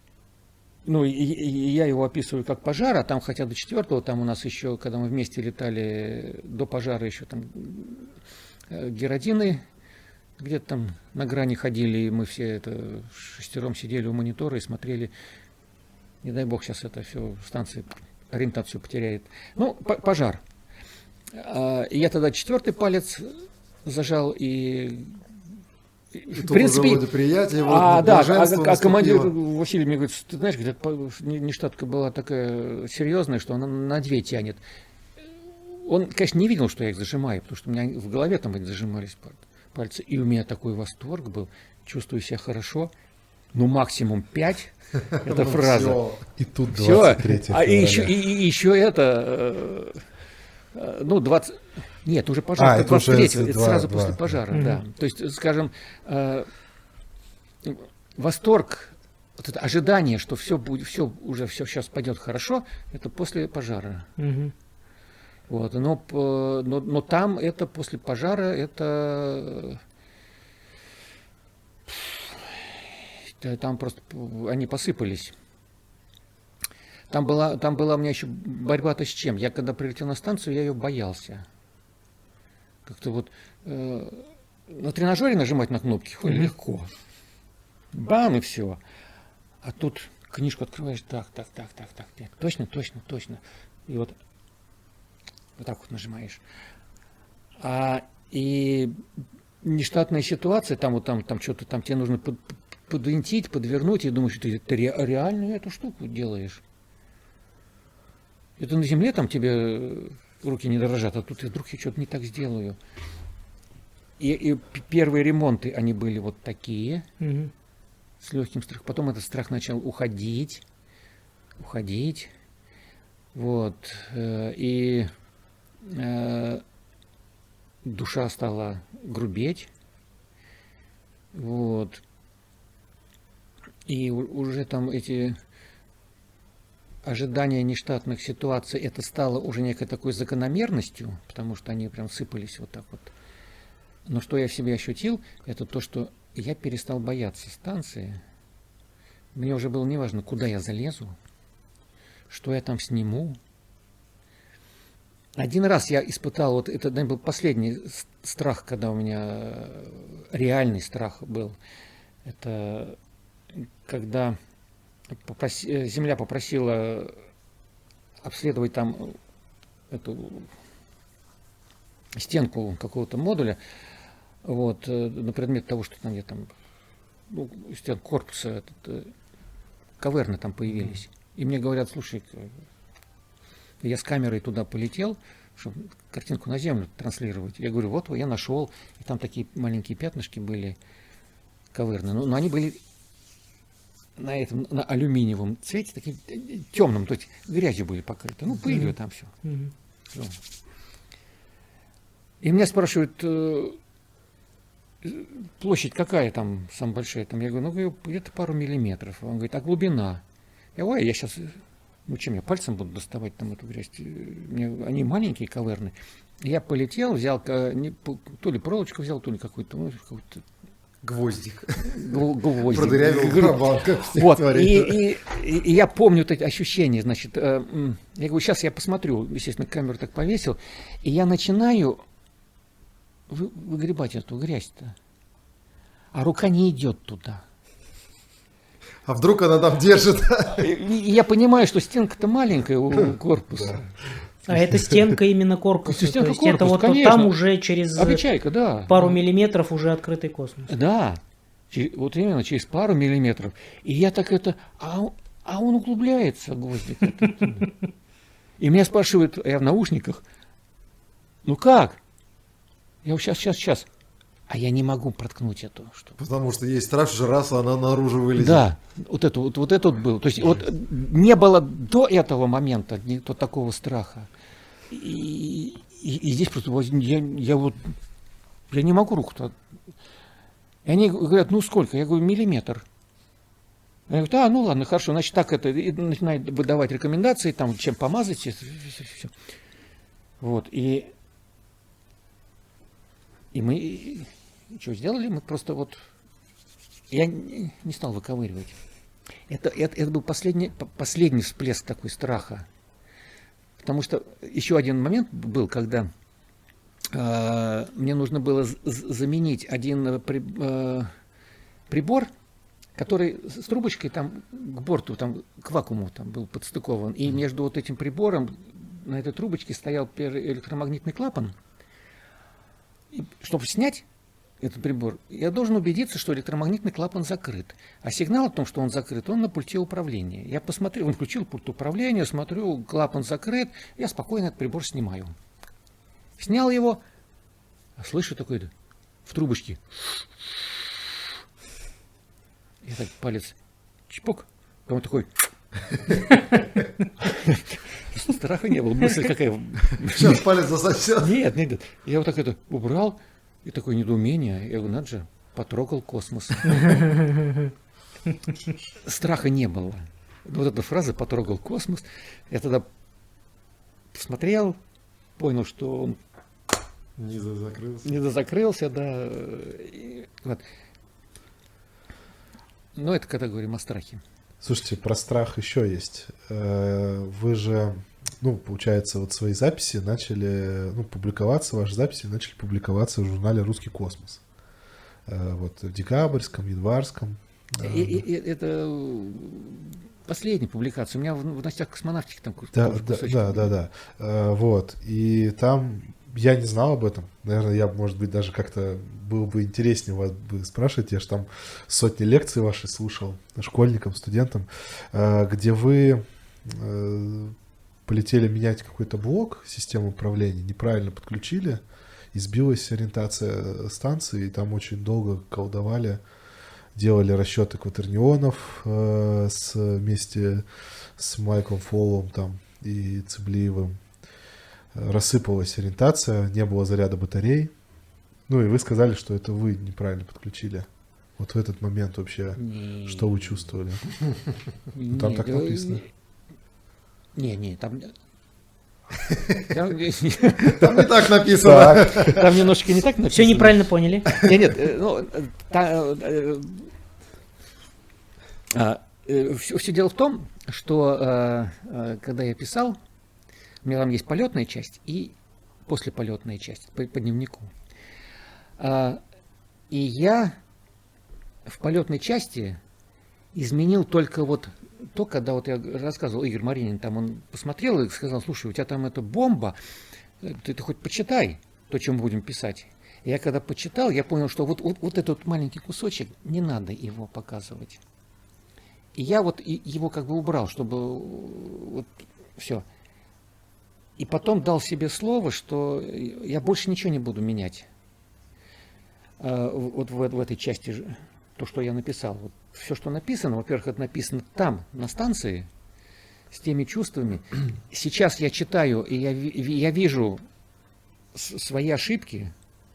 я его описываю как пожар, а там хотя до 4-го, там у нас еще, когда мы вместе летали до пожара, еще там геродины где-то там на грани ходили, и мы все это 6 сидели у монитора и смотрели. Не дай бог сейчас это все, станция ориентацию потеряет. Пожар. Я тогда 4-й палец зажал и в принципе... командир Василий мне говорит, ты знаешь, нештатка была такая серьезная, что она на 2 тянет. Он, конечно, не видел, что я их зажимаю, потому что у меня в голове там эти зажимались пальцы. И у меня такой восторг был, чувствую себя хорошо. Максимум 5, это фраза. И тут 23 февраля. И еще это, 20... Нет, уже пожар, это 23-го, это сразу после пожара, да. То есть, скажем, восторг, вот это ожидание, что все сейчас пойдет хорошо, это после пожара. Вот, но там это после пожара, это там просто они посыпались. Там была у меня еще борьба-то с чем. Я когда прилетел на станцию, я ее боялся. Как-то вот на тренажере нажимать на кнопки легко. Бам, и все. А тут книжку открываешь, так. Точно. И вот так вот нажимаешь. И нештатная ситуация, там что-то там тебе нужно подвинтить, подвернуть, и думаешь, ты реально эту штуку делаешь. Это на земле там тебе руки не дрожат, а тут вдруг я что-то не так сделаю. И первые ремонты, они были вот такие, с легким страхом. Потом этот страх начал уходить. Вот. И душа стала грубеть. Вот. И уже там эти ожидания нештатных ситуаций, это стало уже некой такой закономерностью, потому что они прям сыпались вот так вот. Но что я в себе ощутил, это то, что я перестал бояться станции. Мне уже было неважно, куда я залезу, что я там сниму. Один раз я испытал, вот это, наверное, был последний страх, когда у меня реальный страх был. Это когда Земля попросила обследовать там эту стенку какого-то модуля, вот, на предмет того, что там где-то стенка корпуса, каверны там появились. И мне говорят, слушай, я с камерой туда полетел, чтобы картинку на землю транслировать. Я говорю, вот я нашел, и там такие маленькие пятнышки были каверны, но они были на алюминиевом цвете, таким темным, то есть грязью были покрыты, пылью там все. И меня спрашивают, площадь какая там самая большая? Там, я говорю, где-то пару миллиметров. Он говорит, а глубина? Я сейчас, чем я пальцем буду доставать там эту грязь? Они маленькие каверны. Я полетел, взял, то ли проволочку взял, то ли какой-то гвоздик. Гвоздик. Продырявил барабан, как в вот. И я помню эти ощущения, значит, я говорю, сейчас я посмотрю, естественно, камеру так повесил, и я начинаю выгребать эту грязь-то, а рука не идет туда. А вдруг она там держит? И я понимаю, что стенка-то маленькая у корпуса. А это стенка именно корпуса. Стенка то есть корпуса, это вот конечно. там уже через пару миллиметров уже открытый космос. Да, вот именно через пару миллиметров. И я так а он углубляется, гвоздик. И меня спрашивают, я в наушниках, как? Я вот сейчас. А я не могу проткнуть эту штуку. Потому что есть страх, что раз она наружу вылезет. Да, вот это был. То есть вот не было до этого момента такого страха. И здесь просто я не могу руку-то. И они говорят, сколько? Я говорю, миллиметр. Я говорю, ладно, хорошо, значит так это. И начинают выдавать рекомендации, там, чем помазать. Все. Вот, и мы что сделали? Мы просто я не стал выковыривать. Это был последний всплеск такой страха. Потому что еще один момент был, когда мне нужно было заменить один прибор, который с трубочкой там к борту, там к вакууму там был подстыкован. И между вот этим прибором на этой трубочке стоял электромагнитный клапан. И чтобы снять этот прибор, я должен убедиться, что электромагнитный клапан закрыт. А сигнал о том, что он закрыт, он на пульте управления. Я посмотрел, он включил пульт управления, смотрю, клапан закрыт, я спокойно этот прибор снимаю. Снял его, слышу такой в трубочке. И так палец чпок, а он такой... Страха не было, мысль какая. Сейчас палец засосет. Нет. Я вот так это убрал, и такое недоумение. Я говорю, надо же, потрогал космос. Страха не было. Вот эта фраза «потрогал космос», я тогда посмотрел, понял, что он не дозакрылся, да. Вот. Но это когда говорим о страхе. Слушайте, про страх еще есть. Вы же, получается, вот свои записи начали, публиковаться, ваши записи начали публиковаться в журнале «Русский космос». Вот в Декабрьском, Январском. Это последняя публикация. У меня в «Новостях космонавтики» там Да. Вот. И там я не знал об этом. Наверное, я, может быть, даже как-то было бы интереснее вас бы спрашивать. Я же там сотни лекций ваши слушал школьникам, студентам, где вы полетели менять какой-то блок системы управления, неправильно подключили, и сбилась ориентация станции, и там очень долго колдовали, делали расчеты кватернионов вместе с Майклом Фоллом там и Цыблиевым. Рассыпалась ориентация, не было заряда батарей. И вы сказали, что это вы неправильно подключили. Вот в этот момент вообще, что вы чувствовали? Там так написано. Там не так написано. Там немножко не так написано. Все неправильно поняли. Все дело в том, что когда я писал, у меня там есть полетная часть и послеполетная часть по дневнику. И я в полетной части изменил только то, когда я рассказывал, Игорь Маринин, там он посмотрел и сказал: слушай, у тебя там эта бомба, ты хоть почитай то, чем мы будем писать. И я когда почитал, я понял, что вот этот маленький кусочек, не надо его показывать. И я его как бы убрал, чтобы все. И потом дал себе слово, что я больше ничего не буду менять. В этой части, то, что я написал. Все, что написано, во-первых, это написано там, на станции, с теми чувствами. Сейчас я читаю, и я вижу свои ошибки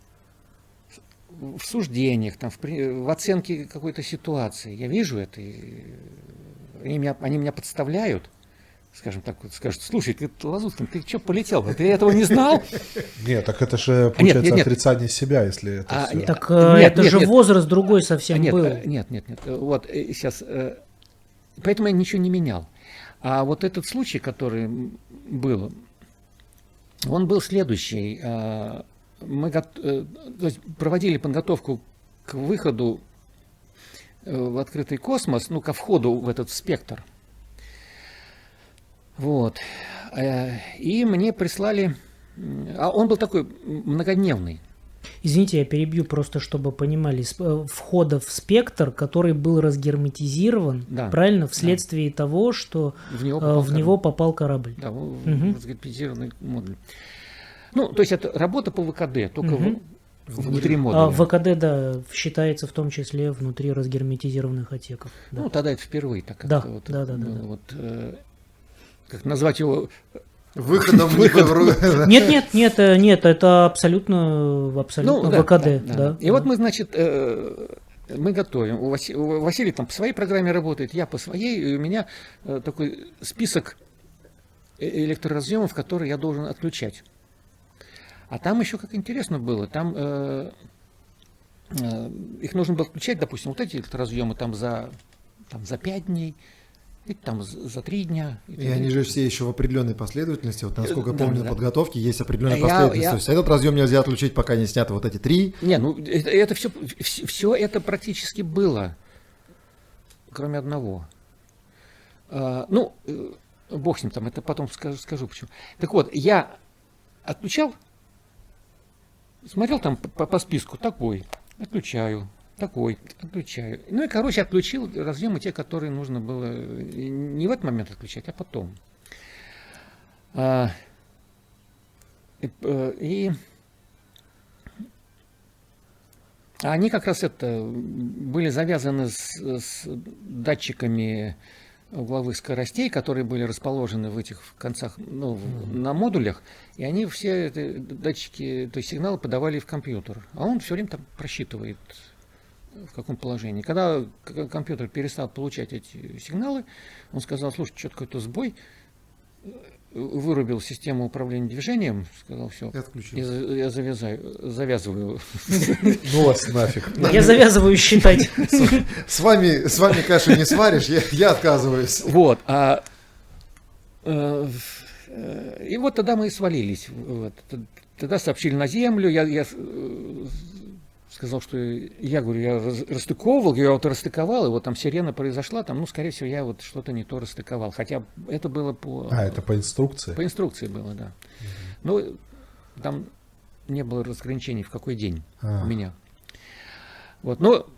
в суждениях, в оценке какой-то ситуации. Я вижу это. Они меня подставляют. Скажем так, скажут: слушай, ты, Лазуткин, ты что полетел? Ты этого не знал? Нет, так это же, получается, отрицание себя, если это все. Так это же возраст другой совсем был. Нет. Вот сейчас. Поэтому я ничего не менял. А вот этот случай, который был, он был следующий. Мы проводили подготовку к выходу в открытый космос, ко входу в этот спектр. Вот. И мне прислали... А он был такой многодневный. Извините, я перебью просто, чтобы понимали. Входа в спектр, который был разгерметизирован, правильно, вследствие того, что в него попал корабль. Да, разгерметизированный модуль. То есть это работа по ВКД, только внутри модуля. ВКД, считается в том числе внутри разгерметизированных отсеков. Да. Тогда это впервые так. Да. Как назвать его выходом? Нет, это абсолютно ВКД. Да. И мы, значит, мы готовим. У Василия там по своей программе работает, я по своей, и у меня такой список электроразъемов, которые я должен отключать. А там еще как интересно было, там их нужно было отключать, допустим, вот эти электроразъемы там за 5 дней, и там за 3 дня. И они же все еще в определенной последовательности. Вот насколько я помню, на подготовке есть определенная последовательность. То есть этот разъем нельзя отключить, пока не сняты вот эти 3. Это все это практически было, кроме одного. Бог с ним там, это потом скажу почему. Так вот, я отключал, смотрел там по списку, такой, отключаю. Отключаю. Отключил разъемы те, которые нужно было не в этот момент отключать, а потом. И они как раз были завязаны с датчиками угловых скоростей, которые были расположены в этих концах, на модулях, и они все датчики, то есть сигналы подавали в компьютер, а он все время там просчитывает, в каком положении. Когда компьютер перестал получать эти сигналы, он сказал: слушай, что-то какой-то сбой, вырубил систему управления движением, сказал, все, я завязываю. Ну вас нафиг. Я завязываю считать. С вами кашу не сваришь, я отказываюсь. Вот, и вот тогда мы и свалились. Вот. Тогда сообщили на землю, я сказал, что я говорю, я расстыковывал, я вот расстыковал, и вот там сирена произошла, там, ну, скорее всего, я вот что-то не то расстыковал. Хотя это было по... это по инструкции? По инструкции было, да. Ну, там не было разграничений, в какой день у меня. Вот, но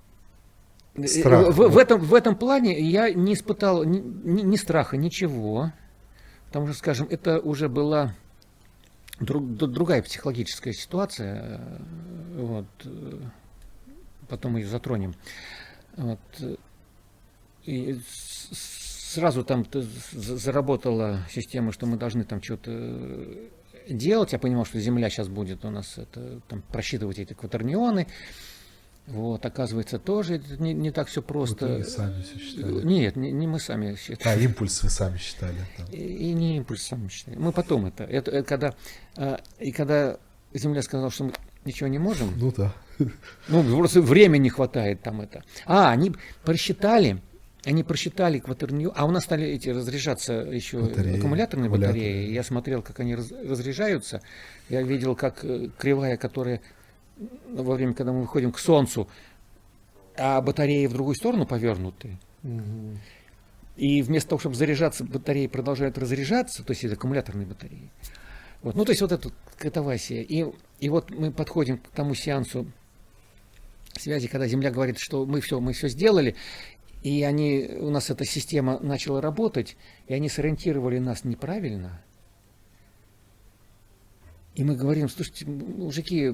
в этом плане я не испытал ни страха, ничего. Потому что, скажем, это уже была другая психологическая ситуация. Вот. Потом мы ее затронем. Вот. И сразу там заработала система, что мы должны там что-то делать. Я понимал, что Земля сейчас будет у нас там, просчитывать эти кватернионы. Вот, оказывается, тоже не так все просто. Вот вы сами все считали? Нет, не мы сами считали. Импульс вы сами считали? И не импульс сами считали. Мы потом это когда Земля сказала, что мы ничего не можем. Ну да. Ну, просто времени не хватает там это. Они просчитали кватернию, а у нас стали разряжаться еще аккумуляторные батареи. Я смотрел, как они разряжаются. Я видел, как кривая, которая во время, когда мы выходим к Солнцу, а батареи в другую сторону повернуты. Угу. И вместо того, чтобы заряжаться, батареи продолжают разряжаться, то есть это аккумуляторные батареи. Вот. Ну, то есть вот эта катавасия. И вот мы подходим к тому сеансу связи, когда Земля говорит, что мы все сделали, и у нас эта система начала работать, и они сориентировали нас неправильно. И мы говорим, слушайте, мужики,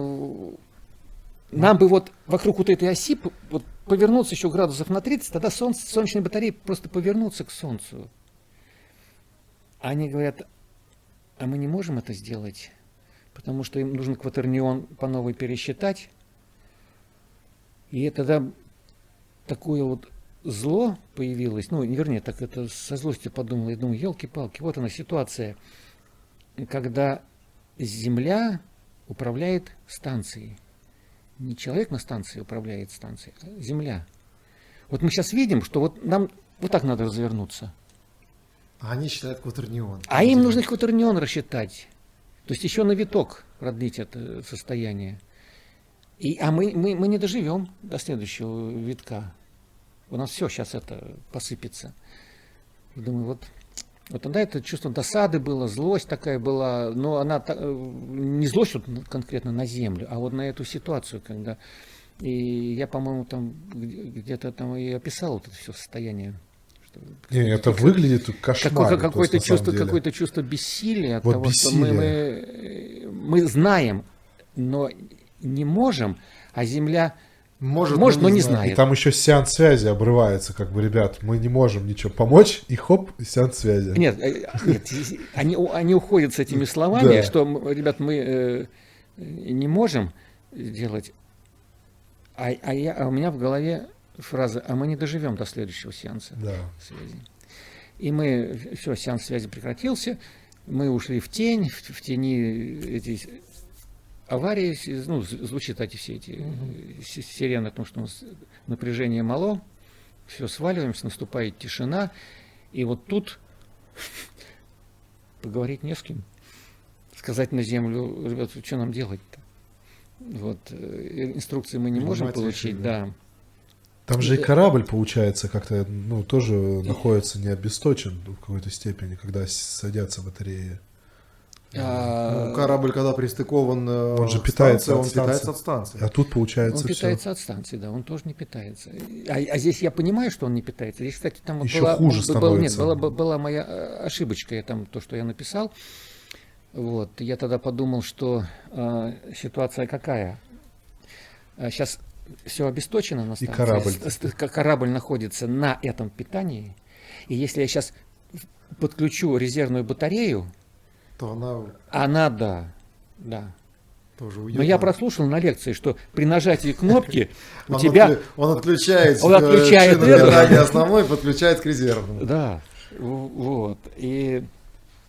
нам бы вот вокруг вот этой оси вот повернуться еще градусов на 30, тогда солнечные батареи просто повернутся к Солнцу. А они говорят, а мы не можем это сделать, потому что им нужно кватернион по новой пересчитать. И тогда такое вот зло появилось, ну, вернее, так это со злостью подумал, я думаю, елки-палки, вот она ситуация, когда Земля управляет станцией. Не человек на станции управляет станцией, а Земля. Вот мы сейчас видим, что вот нам вот так надо развернуться. А они считают кватернион. А им нужно кватернион рассчитать. То есть еще на виток продлить это состояние. А мы не доживем до следующего витка. У нас все сейчас это посыпется. Я думаю, вот тогда это чувство досады было, злость такая была, но она не злость вот конкретно на Землю, а вот на эту ситуацию, когда... И я, по-моему, там где-то там и описал вот это все состояние. Это выглядит кошмарно. Какое-то чувство бессилия от того, что мы знаем, но не можем, а Земля... Может, но не знает. И там еще сеанс связи обрывается, как бы, ребят, мы не можем ничего помочь, и хоп, сеанс связи. Нет, они уходят с этими словами, да. Что, ребят, мы не можем делать, а у меня в голове фраза, а мы не доживем до следующего сеанса связи. И сеанс связи прекратился, мы ушли в тень, в тени эти... аварии, ну, звучат все эти сирены, потому что у нас напряжение мало, все сваливаемся, наступает тишина, и вот тут поговорить не с кем, сказать на землю, ребят, что нам делать-то? Вот, инструкции мы не можем получить, да. Там же и корабль, получается, как-то, ну, тоже находится не обесточен в какой-то степени, когда садятся батареи. Корабль, когда пристыкован, он же питается от станции. А тут получается он питается от станции, да, он тоже не питается. А здесь я понимаю, что он не питается. Здесь, кстати, там еще хуже становится. Была моя ошибочка, то, что я написал. Вот, я тогда подумал, что ситуация какая? Сейчас все обесточено на станции. И корабль находится на этом питании. И если я сейчас подключу резервную батарею, то она да. Тоже уйдет. Но я прослушал на лекции, что при нажатии кнопки у тебя... Он отключает питание основной, подключает к резервному. Да, вот. И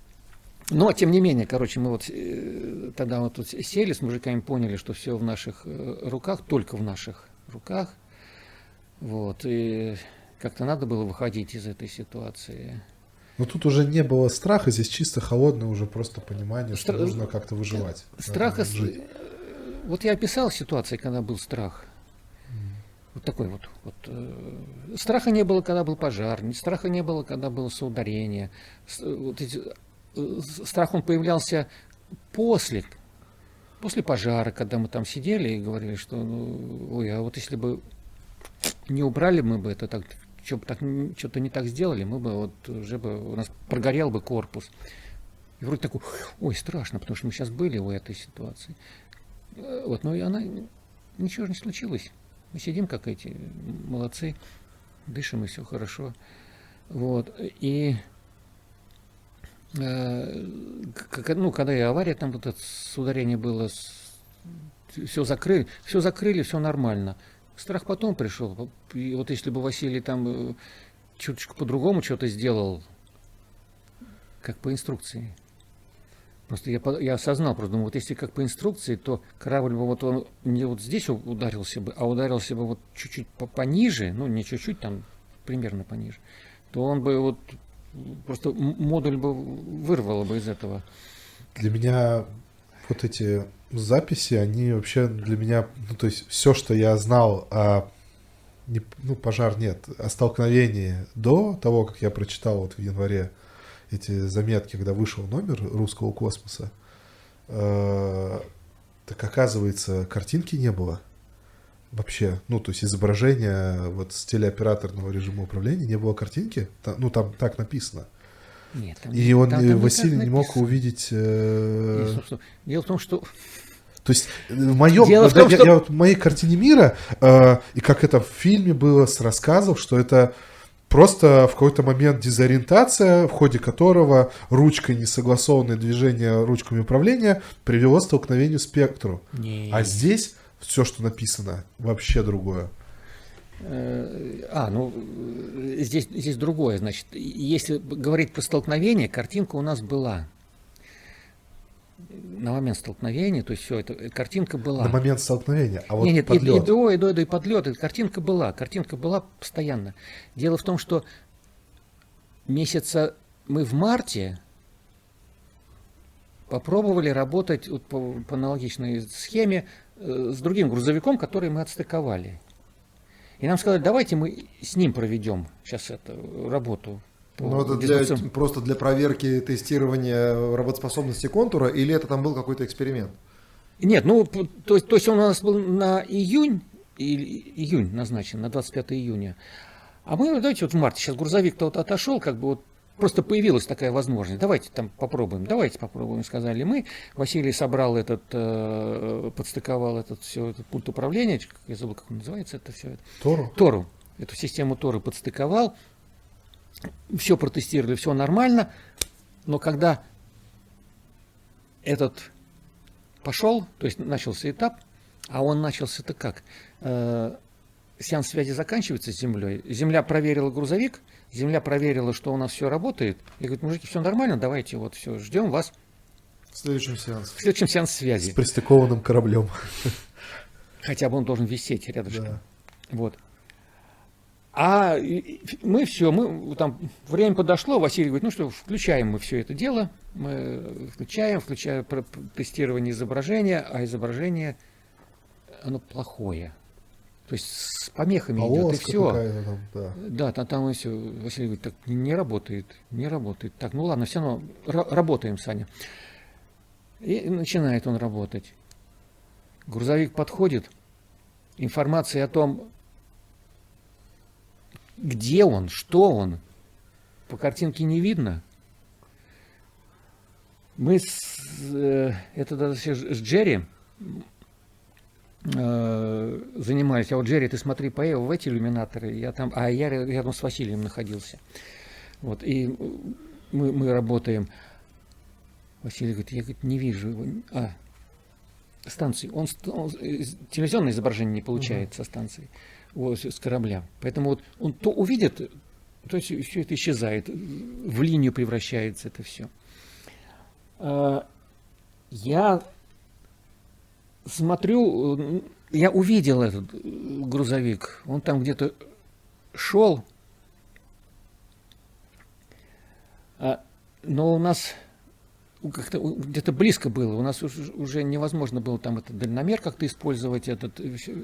Но, тем не менее, короче, мы вот тогда вот тут сели с мужиками, поняли, что все в наших руках, только в наших руках. Вот, и как-то надо было выходить из этой ситуации. Но тут уже не было страха, здесь чисто холодное уже просто понимание, что нужно как-то выживать. Страха... Вот я описал ситуацию, когда был страх. Вот такой вот. Страха не было, когда был пожар, страха не было, когда было соударение. Страх, он появлялся после пожара, когда мы там сидели и говорили, что, ой, а вот если бы не убрали мы бы это, так, что-то не так сделали, мы бы вот уже бы, у нас прогорел бы корпус. И вроде такой, ой, страшно, потому что мы сейчас были в этой ситуации. Вот, но и она, ничего не случилось. Мы сидим, как эти молодцы, дышим, и все хорошо. Вот, и когда и авария, там вот это ударение было, все закрыли, все нормально. Страх потом пришел. И вот если бы Василий там чуточку по-другому что-то сделал, как по инструкции. Просто я осознал, просто думаю, вот если как по инструкции, то корабль бы вот он не вот здесь ударился бы, а ударился бы вот чуть-чуть пониже, ну не чуть-чуть, там примерно пониже, то он бы вот просто модуль бы вырвало бы из этого. Для меня вот эти записи, они вообще для меня, ну то есть все, что я знал о, пожар нет, о столкновении до того, как я прочитал вот в январе эти заметки, когда вышел номер русского космоса, так оказывается, картинки не было вообще. Ну, то есть изображения вот с телеоператорного режима управления не было картинки. Ну, там так написано. Нет, и он, Василий, не мог увидеть... Дело в том, что... То есть в моей картине мира, и как это в фильме было с рассказов, что это просто в какой-то момент дезориентация, в ходе которого ручкой несогласованное движение ручками управления привело к столкновению спектру. А здесь все, что написано, вообще другое. Здесь другое. Значит, если говорить про столкновение, картинка у нас была. На момент столкновения, то есть все, это картинка была. На момент столкновения, а вот нет, подлет. И подлет, эта картинка была постоянно. Дело в том, что месяца мы в марте попробовали работать вот по аналогичной схеме с другим грузовиком, который мы отстыковали. И нам сказали, давайте мы с ним проведем сейчас эту работу. Ну, это просто для проверки тестирования работоспособности контура, или это там был какой-то эксперимент? Нет, то есть он у нас был на июнь назначен, на 25 июня. А мы, давайте вот в марте, сейчас грузовик-то вот отошел, как бы вот просто появилась такая возможность. Давайте попробуем, сказали мы. Василий собрал подстыковал этот пульт управления, я забыл, как он называется, это все. Тору. Эту систему Тору подстыковал. Все протестировали, все нормально, но когда этот пошел, то есть начался этап, а он начался-то как? Сеанс связи заканчивается с Землей, Земля проверила грузовик, Земля проверила, что у нас все работает, и говорит, мужики, все нормально, давайте вот все, ждем вас в следующем сеансе. В следующем сеансе связи. С пристыкованным кораблем. Хотя бы он должен висеть рядышком. Да. Вот. А мы там время подошло, Василий говорит, ну что, включаем мы все это дело, мы включаем тестирование изображения, а изображение, оно плохое. То есть с помехами идет, и все. Да, там и все. Василий говорит, так не работает. Так, ну ладно, все равно работаем, Саня. И начинает он работать. Грузовик подходит, информация о том, где он, что он, по картинке не видно. Мы с Джерри занимались. А вот, Джерри, ты смотри в эти иллюминаторы, я рядом с Василием находился. Вот, и мы работаем. Василий говорит, я не вижу его. Станции. Он телевизионное изображение не получает со станции. С корабля. Поэтому вот он то увидит, то есть все это исчезает, в линию превращается это все. Я смотрю, я увидел этот грузовик, он там где-то шел, но у нас как-то где-то близко было, у нас уже невозможно было там этот дальномер как-то использовать, этот.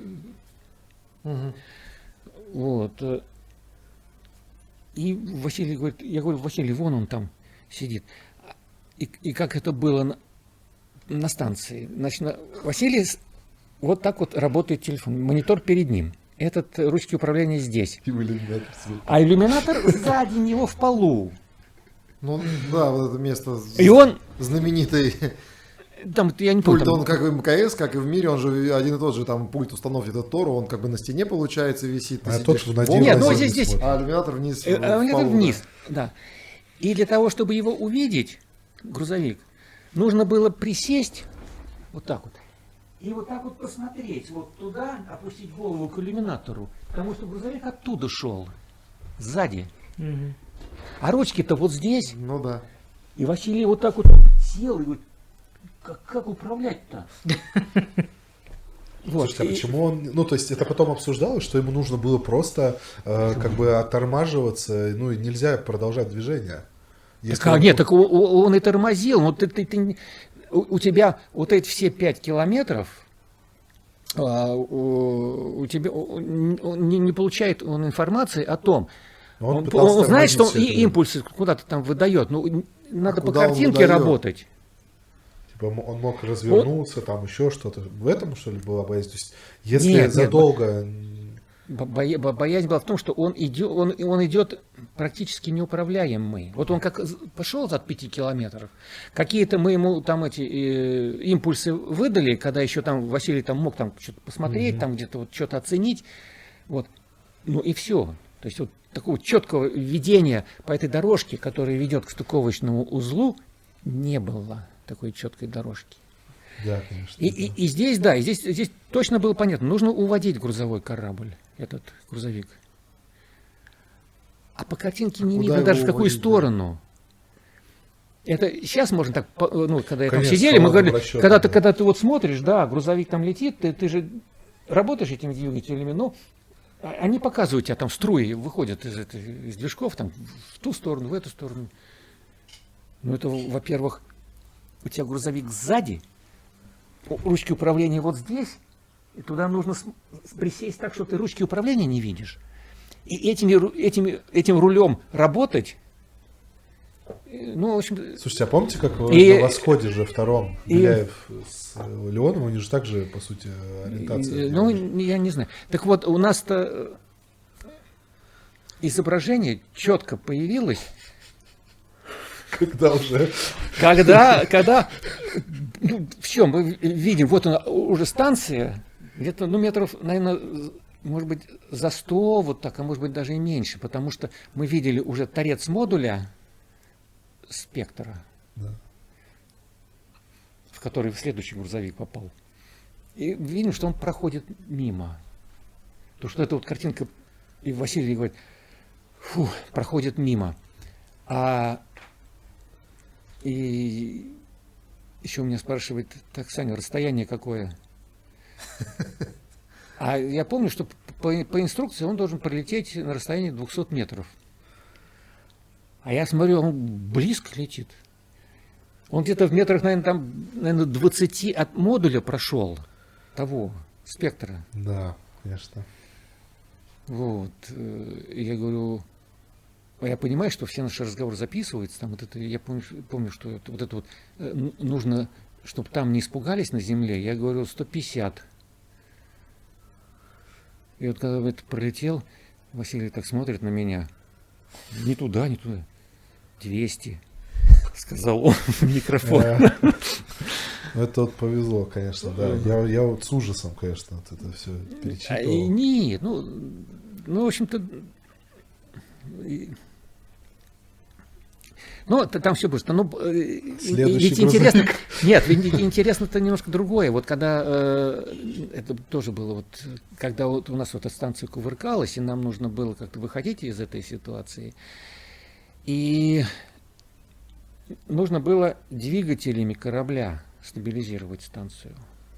Вот. И Василий говорит, я говорю, Василий, вон он там сидит. И как это было на станции. Значит, Василий вот так вот работает телефон, монитор перед ним. Этот ручки управления здесь. А иллюминатор сзади него в полу. Ну да, вот это место и он знаменитый там, я не помню, пульт, он как в МКС, как и в мире, он же один и тот же, там пульт установки это Тору, он как бы на стене получается висит. А тот нет, ну здесь. А иллюминатор вниз. Иллюминатор вниз, да. И для того, чтобы его увидеть, грузовик, нужно было присесть вот так вот. И вот так вот посмотреть, вот туда, опустить голову к иллюминатору, потому что грузовик оттуда шел, сзади. Угу. А ручки-то вот здесь. Ну да. И Василий вот так вот сел и говорит, как управлять-то? Вот. Слушайте, а почему он... Ну, то есть это потом обсуждалось, что ему нужно было просто как бы оттормаживаться, ну, и нельзя продолжать движение. Нет, так он и тормозил. Ну, у тебя вот эти все 5 километров, у тебя не получает он информации о том, он знает, что импульсы куда-то там выдает, но надо по картинке работать. Типа он мог развернуться, там еще что-то. В этом, что ли, была боязнь? То есть, если задолго... Боязнь была в том, что он идет практически неуправляемый. Вот он как пошел от 5 километров, какие-то мы ему там эти импульсы выдали, когда еще там Василий там мог там что-то посмотреть, там где-то вот что-то оценить. Вот. Ну и все. То есть вот такого четкого ведения по этой дорожке, которая ведет к стыковочному узлу, не было такой четкой дорожки. Да, конечно. И здесь, да, и здесь точно было понятно, нужно уводить грузовой корабль, этот грузовик. А по картинке не видно даже в какую сторону. Да. Это сейчас можно так, ну, когда я там сидели, мы говорили, когда ты вот смотришь, да, грузовик там летит, ты же работаешь этими двигателями, но они показывают тебя, там струи выходят из движков, там в ту сторону, в эту сторону. Ну это, во-первых, у тебя грузовик сзади, ручки управления вот здесь, и туда нужно присесть так, что ты ручки управления не видишь. И этим рулем работать, ну, в общем... Слушайте, а помните, как на «Восходе» же втором Беляев с Леоновым, у них же также, по сути, ориентация? Ну, я не знаю. Так вот, у нас-то изображение четко появилось. Когда уже? Когда ну, все, мы видим, вот она уже станция, где-то, ну, метров, наверное, может быть, за 100, вот так, а может быть, даже и меньше, потому что мы видели уже торец модуля «Спектра», да, в который следующий грузовик попал. И видим, что он проходит мимо. Потому что эта вот картинка, и Василий говорит, проходит мимо. И еще меня спрашивает, так, Саня, расстояние какое? А я помню, что по инструкции он должен пролететь на расстоянии 200 метров. А я смотрю, он близко летит. Он где-то в метрах, наверное, 20 от модуля прошел, того, «Спектра». Да, конечно. Вот. И я говорю... Я понимаю, что все наши разговоры записываются. Там вот это, я помню, что вот это вот нужно, чтобы там не испугались на земле. Я говорю 150. И вот когда это пролетел, Василий так смотрит на меня. Не туда, не туда. 200, сказал он в микрофон. Это вот повезло, конечно, да. Я вот с ужасом, конечно, вот это все перечитывал. Нет, ну, в общем-то... Ну, там все просто. Ну, ведь интересно. Нет, ведь интересно-то немножко другое. Вот когда это тоже было, вот когда вот у нас вот эта станция кувыркалась, и нам нужно было как-то выходить из этой ситуации. И нужно было двигателями корабля стабилизировать станцию.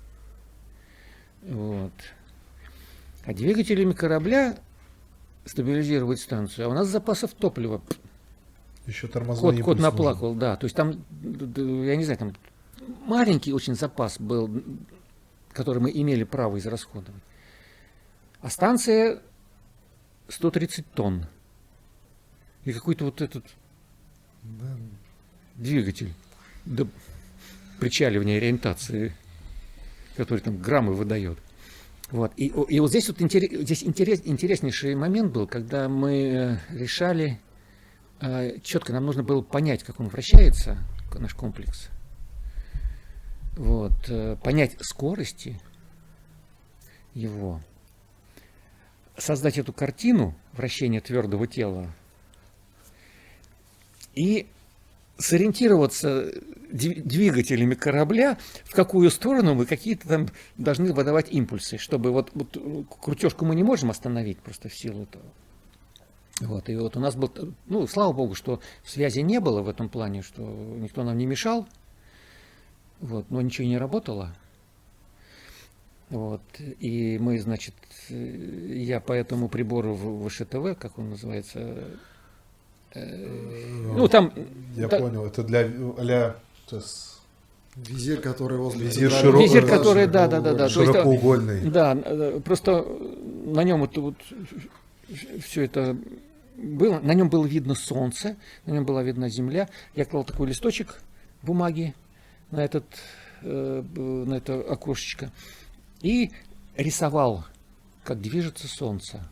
Вот. А двигателями корабля стабилизировать станцию, а у нас запасов топлива. Еще тормозной Кот наплакал, да. То есть там, я не знаю, там маленький очень запас был, который мы имели право израсходовать. А станция 130 тонн. И какой-то вот этот двигатель до причаливания ориентации, который там граммы выдает. Вот. И вот здесь вот интереснейший момент был, когда мы решали, четко нам нужно было понять, как он вращается, наш комплекс. Вот. Понять скорости его. Создать эту картину вращения твердого тела и сориентироваться двигателями корабля, в какую сторону мы какие-то там должны выдавать импульсы, чтобы вот крутежку мы не можем остановить просто в силу этого. Вот, и вот у нас был, ну, слава богу, что связи не было в этом плане, что никто нам не мешал, вот, но ничего не работало. Вот, и мы, значит, я по этому прибору в ВШТВ, как он называется, ну, там... Я понял, это для а-ля... Визир, который возле... Визир, который, да. Широкоугольный. Да, просто на нем вот все это было. На нем было видно солнце, на нем была видна земля. Я клал такой листочек бумаги на это окошечко и рисовал, как движется солнце.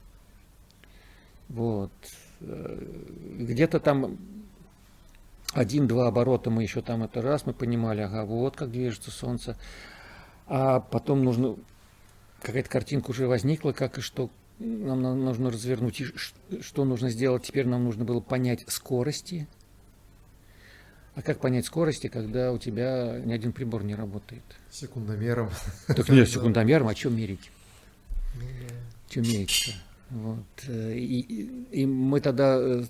Вот. Где-то там 1-2 оборота мы еще там это раз, мы понимали, ага, вот как движется солнце. А потом нужно, какая-то картинка уже возникла, как и что нам нужно развернуть, и что нужно сделать. Теперь нам нужно было понять скорости. А как понять скорости, когда у тебя ни один прибор не работает? Секундомером. Так нет, секундомером, а что мерить? Что мерить-то? Вот. И мы тогда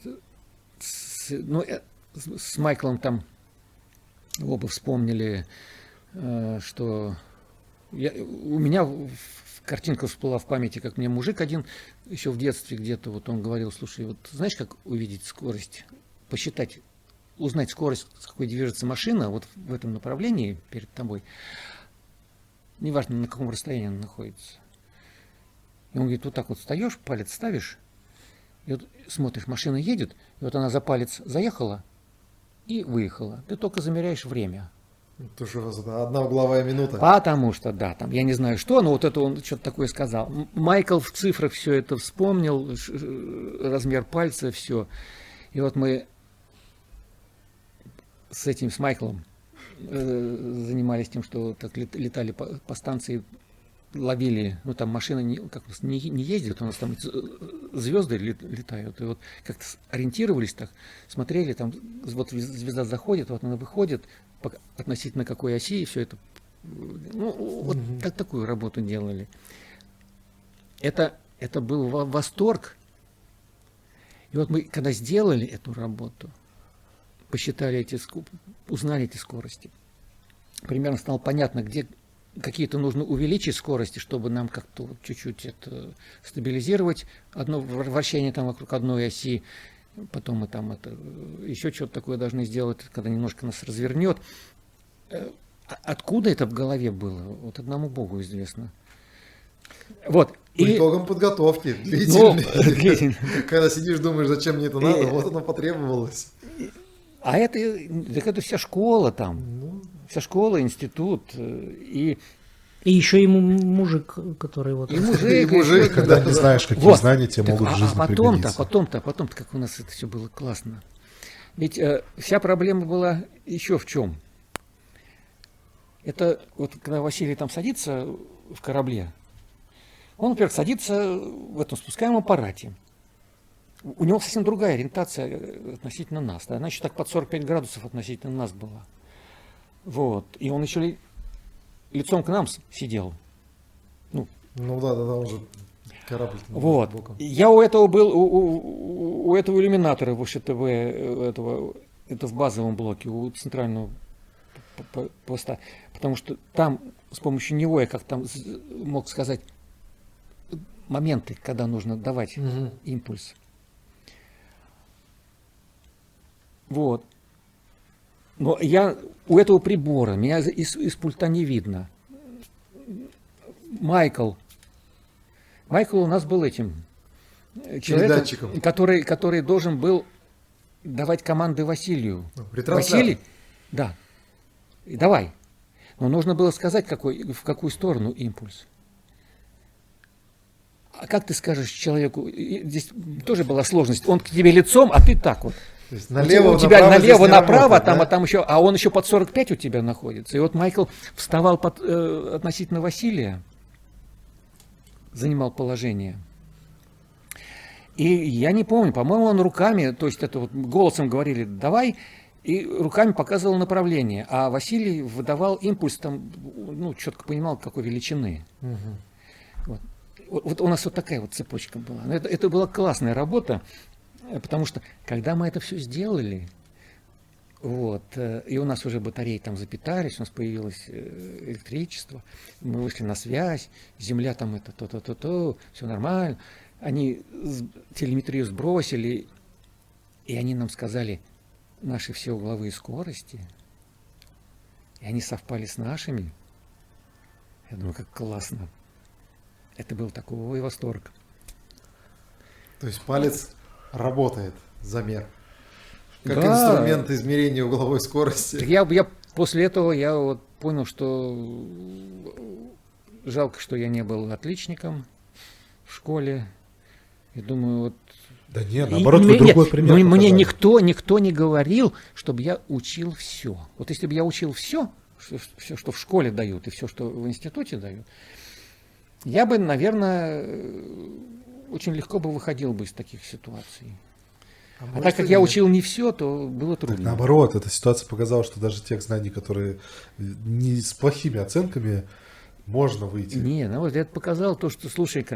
с Майклом там оба вспомнили, что у меня картинка всплыла в памяти, как мне мужик один еще в детстве где-то, вот он говорил, слушай, вот знаешь, как увидеть скорость, посчитать, узнать скорость, с какой движется машина, вот в этом направлении перед тобой, неважно, на каком расстоянии она находится. И он говорит, вот так вот встаешь, палец ставишь, и вот смотришь, машина едет, и вот она за палец заехала и выехала. Ты только замеряешь время. Это же одна угловая минута. Потому что, да, там, я не знаю что, но вот это он что-то такое сказал. Майкл в цифрах все это вспомнил, размер пальца, все. И вот мы с Майклом занимались тем, что так летали по станции, ловили, ну там машина не ездит, у нас там звезды летают, и вот как-то ориентировались так, смотрели, там вот звезда заходит, вот она выходит, относительно какой оси, и все это, ну, вот такую работу делали. Это был восторг. И вот мы, когда сделали эту работу, посчитали узнали эти скорости, примерно стало понятно, где какие-то нужно увеличить скорости, чтобы нам как-то вот чуть-чуть это стабилизировать, одно вращение там вокруг одной оси, потом мы там это еще что-то такое должны сделать, когда немножко нас развернет. Откуда это в голове было? Вот одному Богу известно. Вот. По итогам подготовки длительной. Когда сидишь, думаешь, зачем мне это надо, вот оно потребовалось. А это вся школа там. Вся школа, институт. И еще ему мужик, который вот... И мужик, когда не знаешь, какие знания тебе могут в жизни пригодиться. Потом-то, как у нас это все было классно. Ведь вся проблема была еще в чем? Это вот когда Василий там садится в корабле, он, во-первых, садится в этом спускаемом аппарате. У него совсем другая ориентация относительно нас. Да? Она еще так под 45 градусов относительно нас была. Вот. И он еще лицом к нам сидел. Ну да, он же корабль. Вот. Боком. Я у этого был, у этого иллюминатора в ВШТВ этого это в базовом блоке у центрального поста, потому что там с помощью него я как там мог сказать моменты, когда нужно давать импульс. Вот. Но у этого прибора меня из пульта не видно. Майкл у нас был этим человеком, который должен был давать команды Василию. Василий, да, и давай. Но нужно было сказать, в какую сторону импульс. А как ты скажешь человеку, здесь тоже была сложность, он к тебе лицом, а ты так вот. То есть налево, у тебя налево, направо, работает, а он еще под 45 у тебя находится. И вот Майкл вставал относительно Василия, занимал положение. И я не помню, по-моему, он руками, то есть это вот голосом говорили «давай», и руками показывал направление, а Василий выдавал импульс, там, ну, четко понимал, какой величины. Вот у нас вот такая вот цепочка была. Это была классная работа, потому что, когда мы это все сделали, вот, и у нас уже батареи там запитались, у нас появилось электричество, мы вышли на связь, Земля там это то-то-то-то, все нормально. Они телеметрию сбросили, и они нам сказали наши все угловые скорости, и они совпали с нашими. Я думаю, как классно. Это был такой восторг. То есть палец работает, замер. Как да. Инструмент измерения угловой скорости. Я после этого я вот понял, что жалко, что я не был отличником в школе. И думаю, вот... Да нет, наоборот, вы другой пример показали. Мне никто не говорил, чтобы я учил все. Вот если бы я учил все, что в школе дают, и все, что в институте дают, я бы, наверное, очень легко бы выходил бы из таких ситуаций. А так как я учил не все, то было трудно. Так, наоборот, эта ситуация показала, что даже тех знаний, которые не с плохими оценками, можно выйти. Не, ну вот это показало то, что, слушай-ка,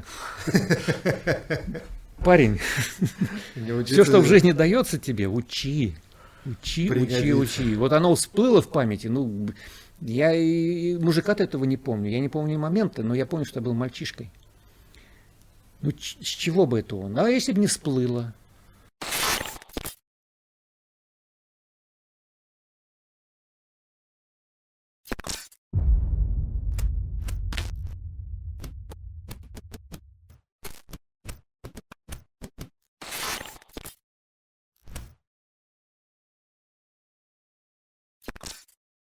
парень, все, что в жизни дается тебе, учи. Вот оно всплыло в памяти, ну, я и мужика-то этого не помню, я не помню момента, но я помню, что я был мальчишкой. Ну, с чего бы это он? А если бы не всплыло?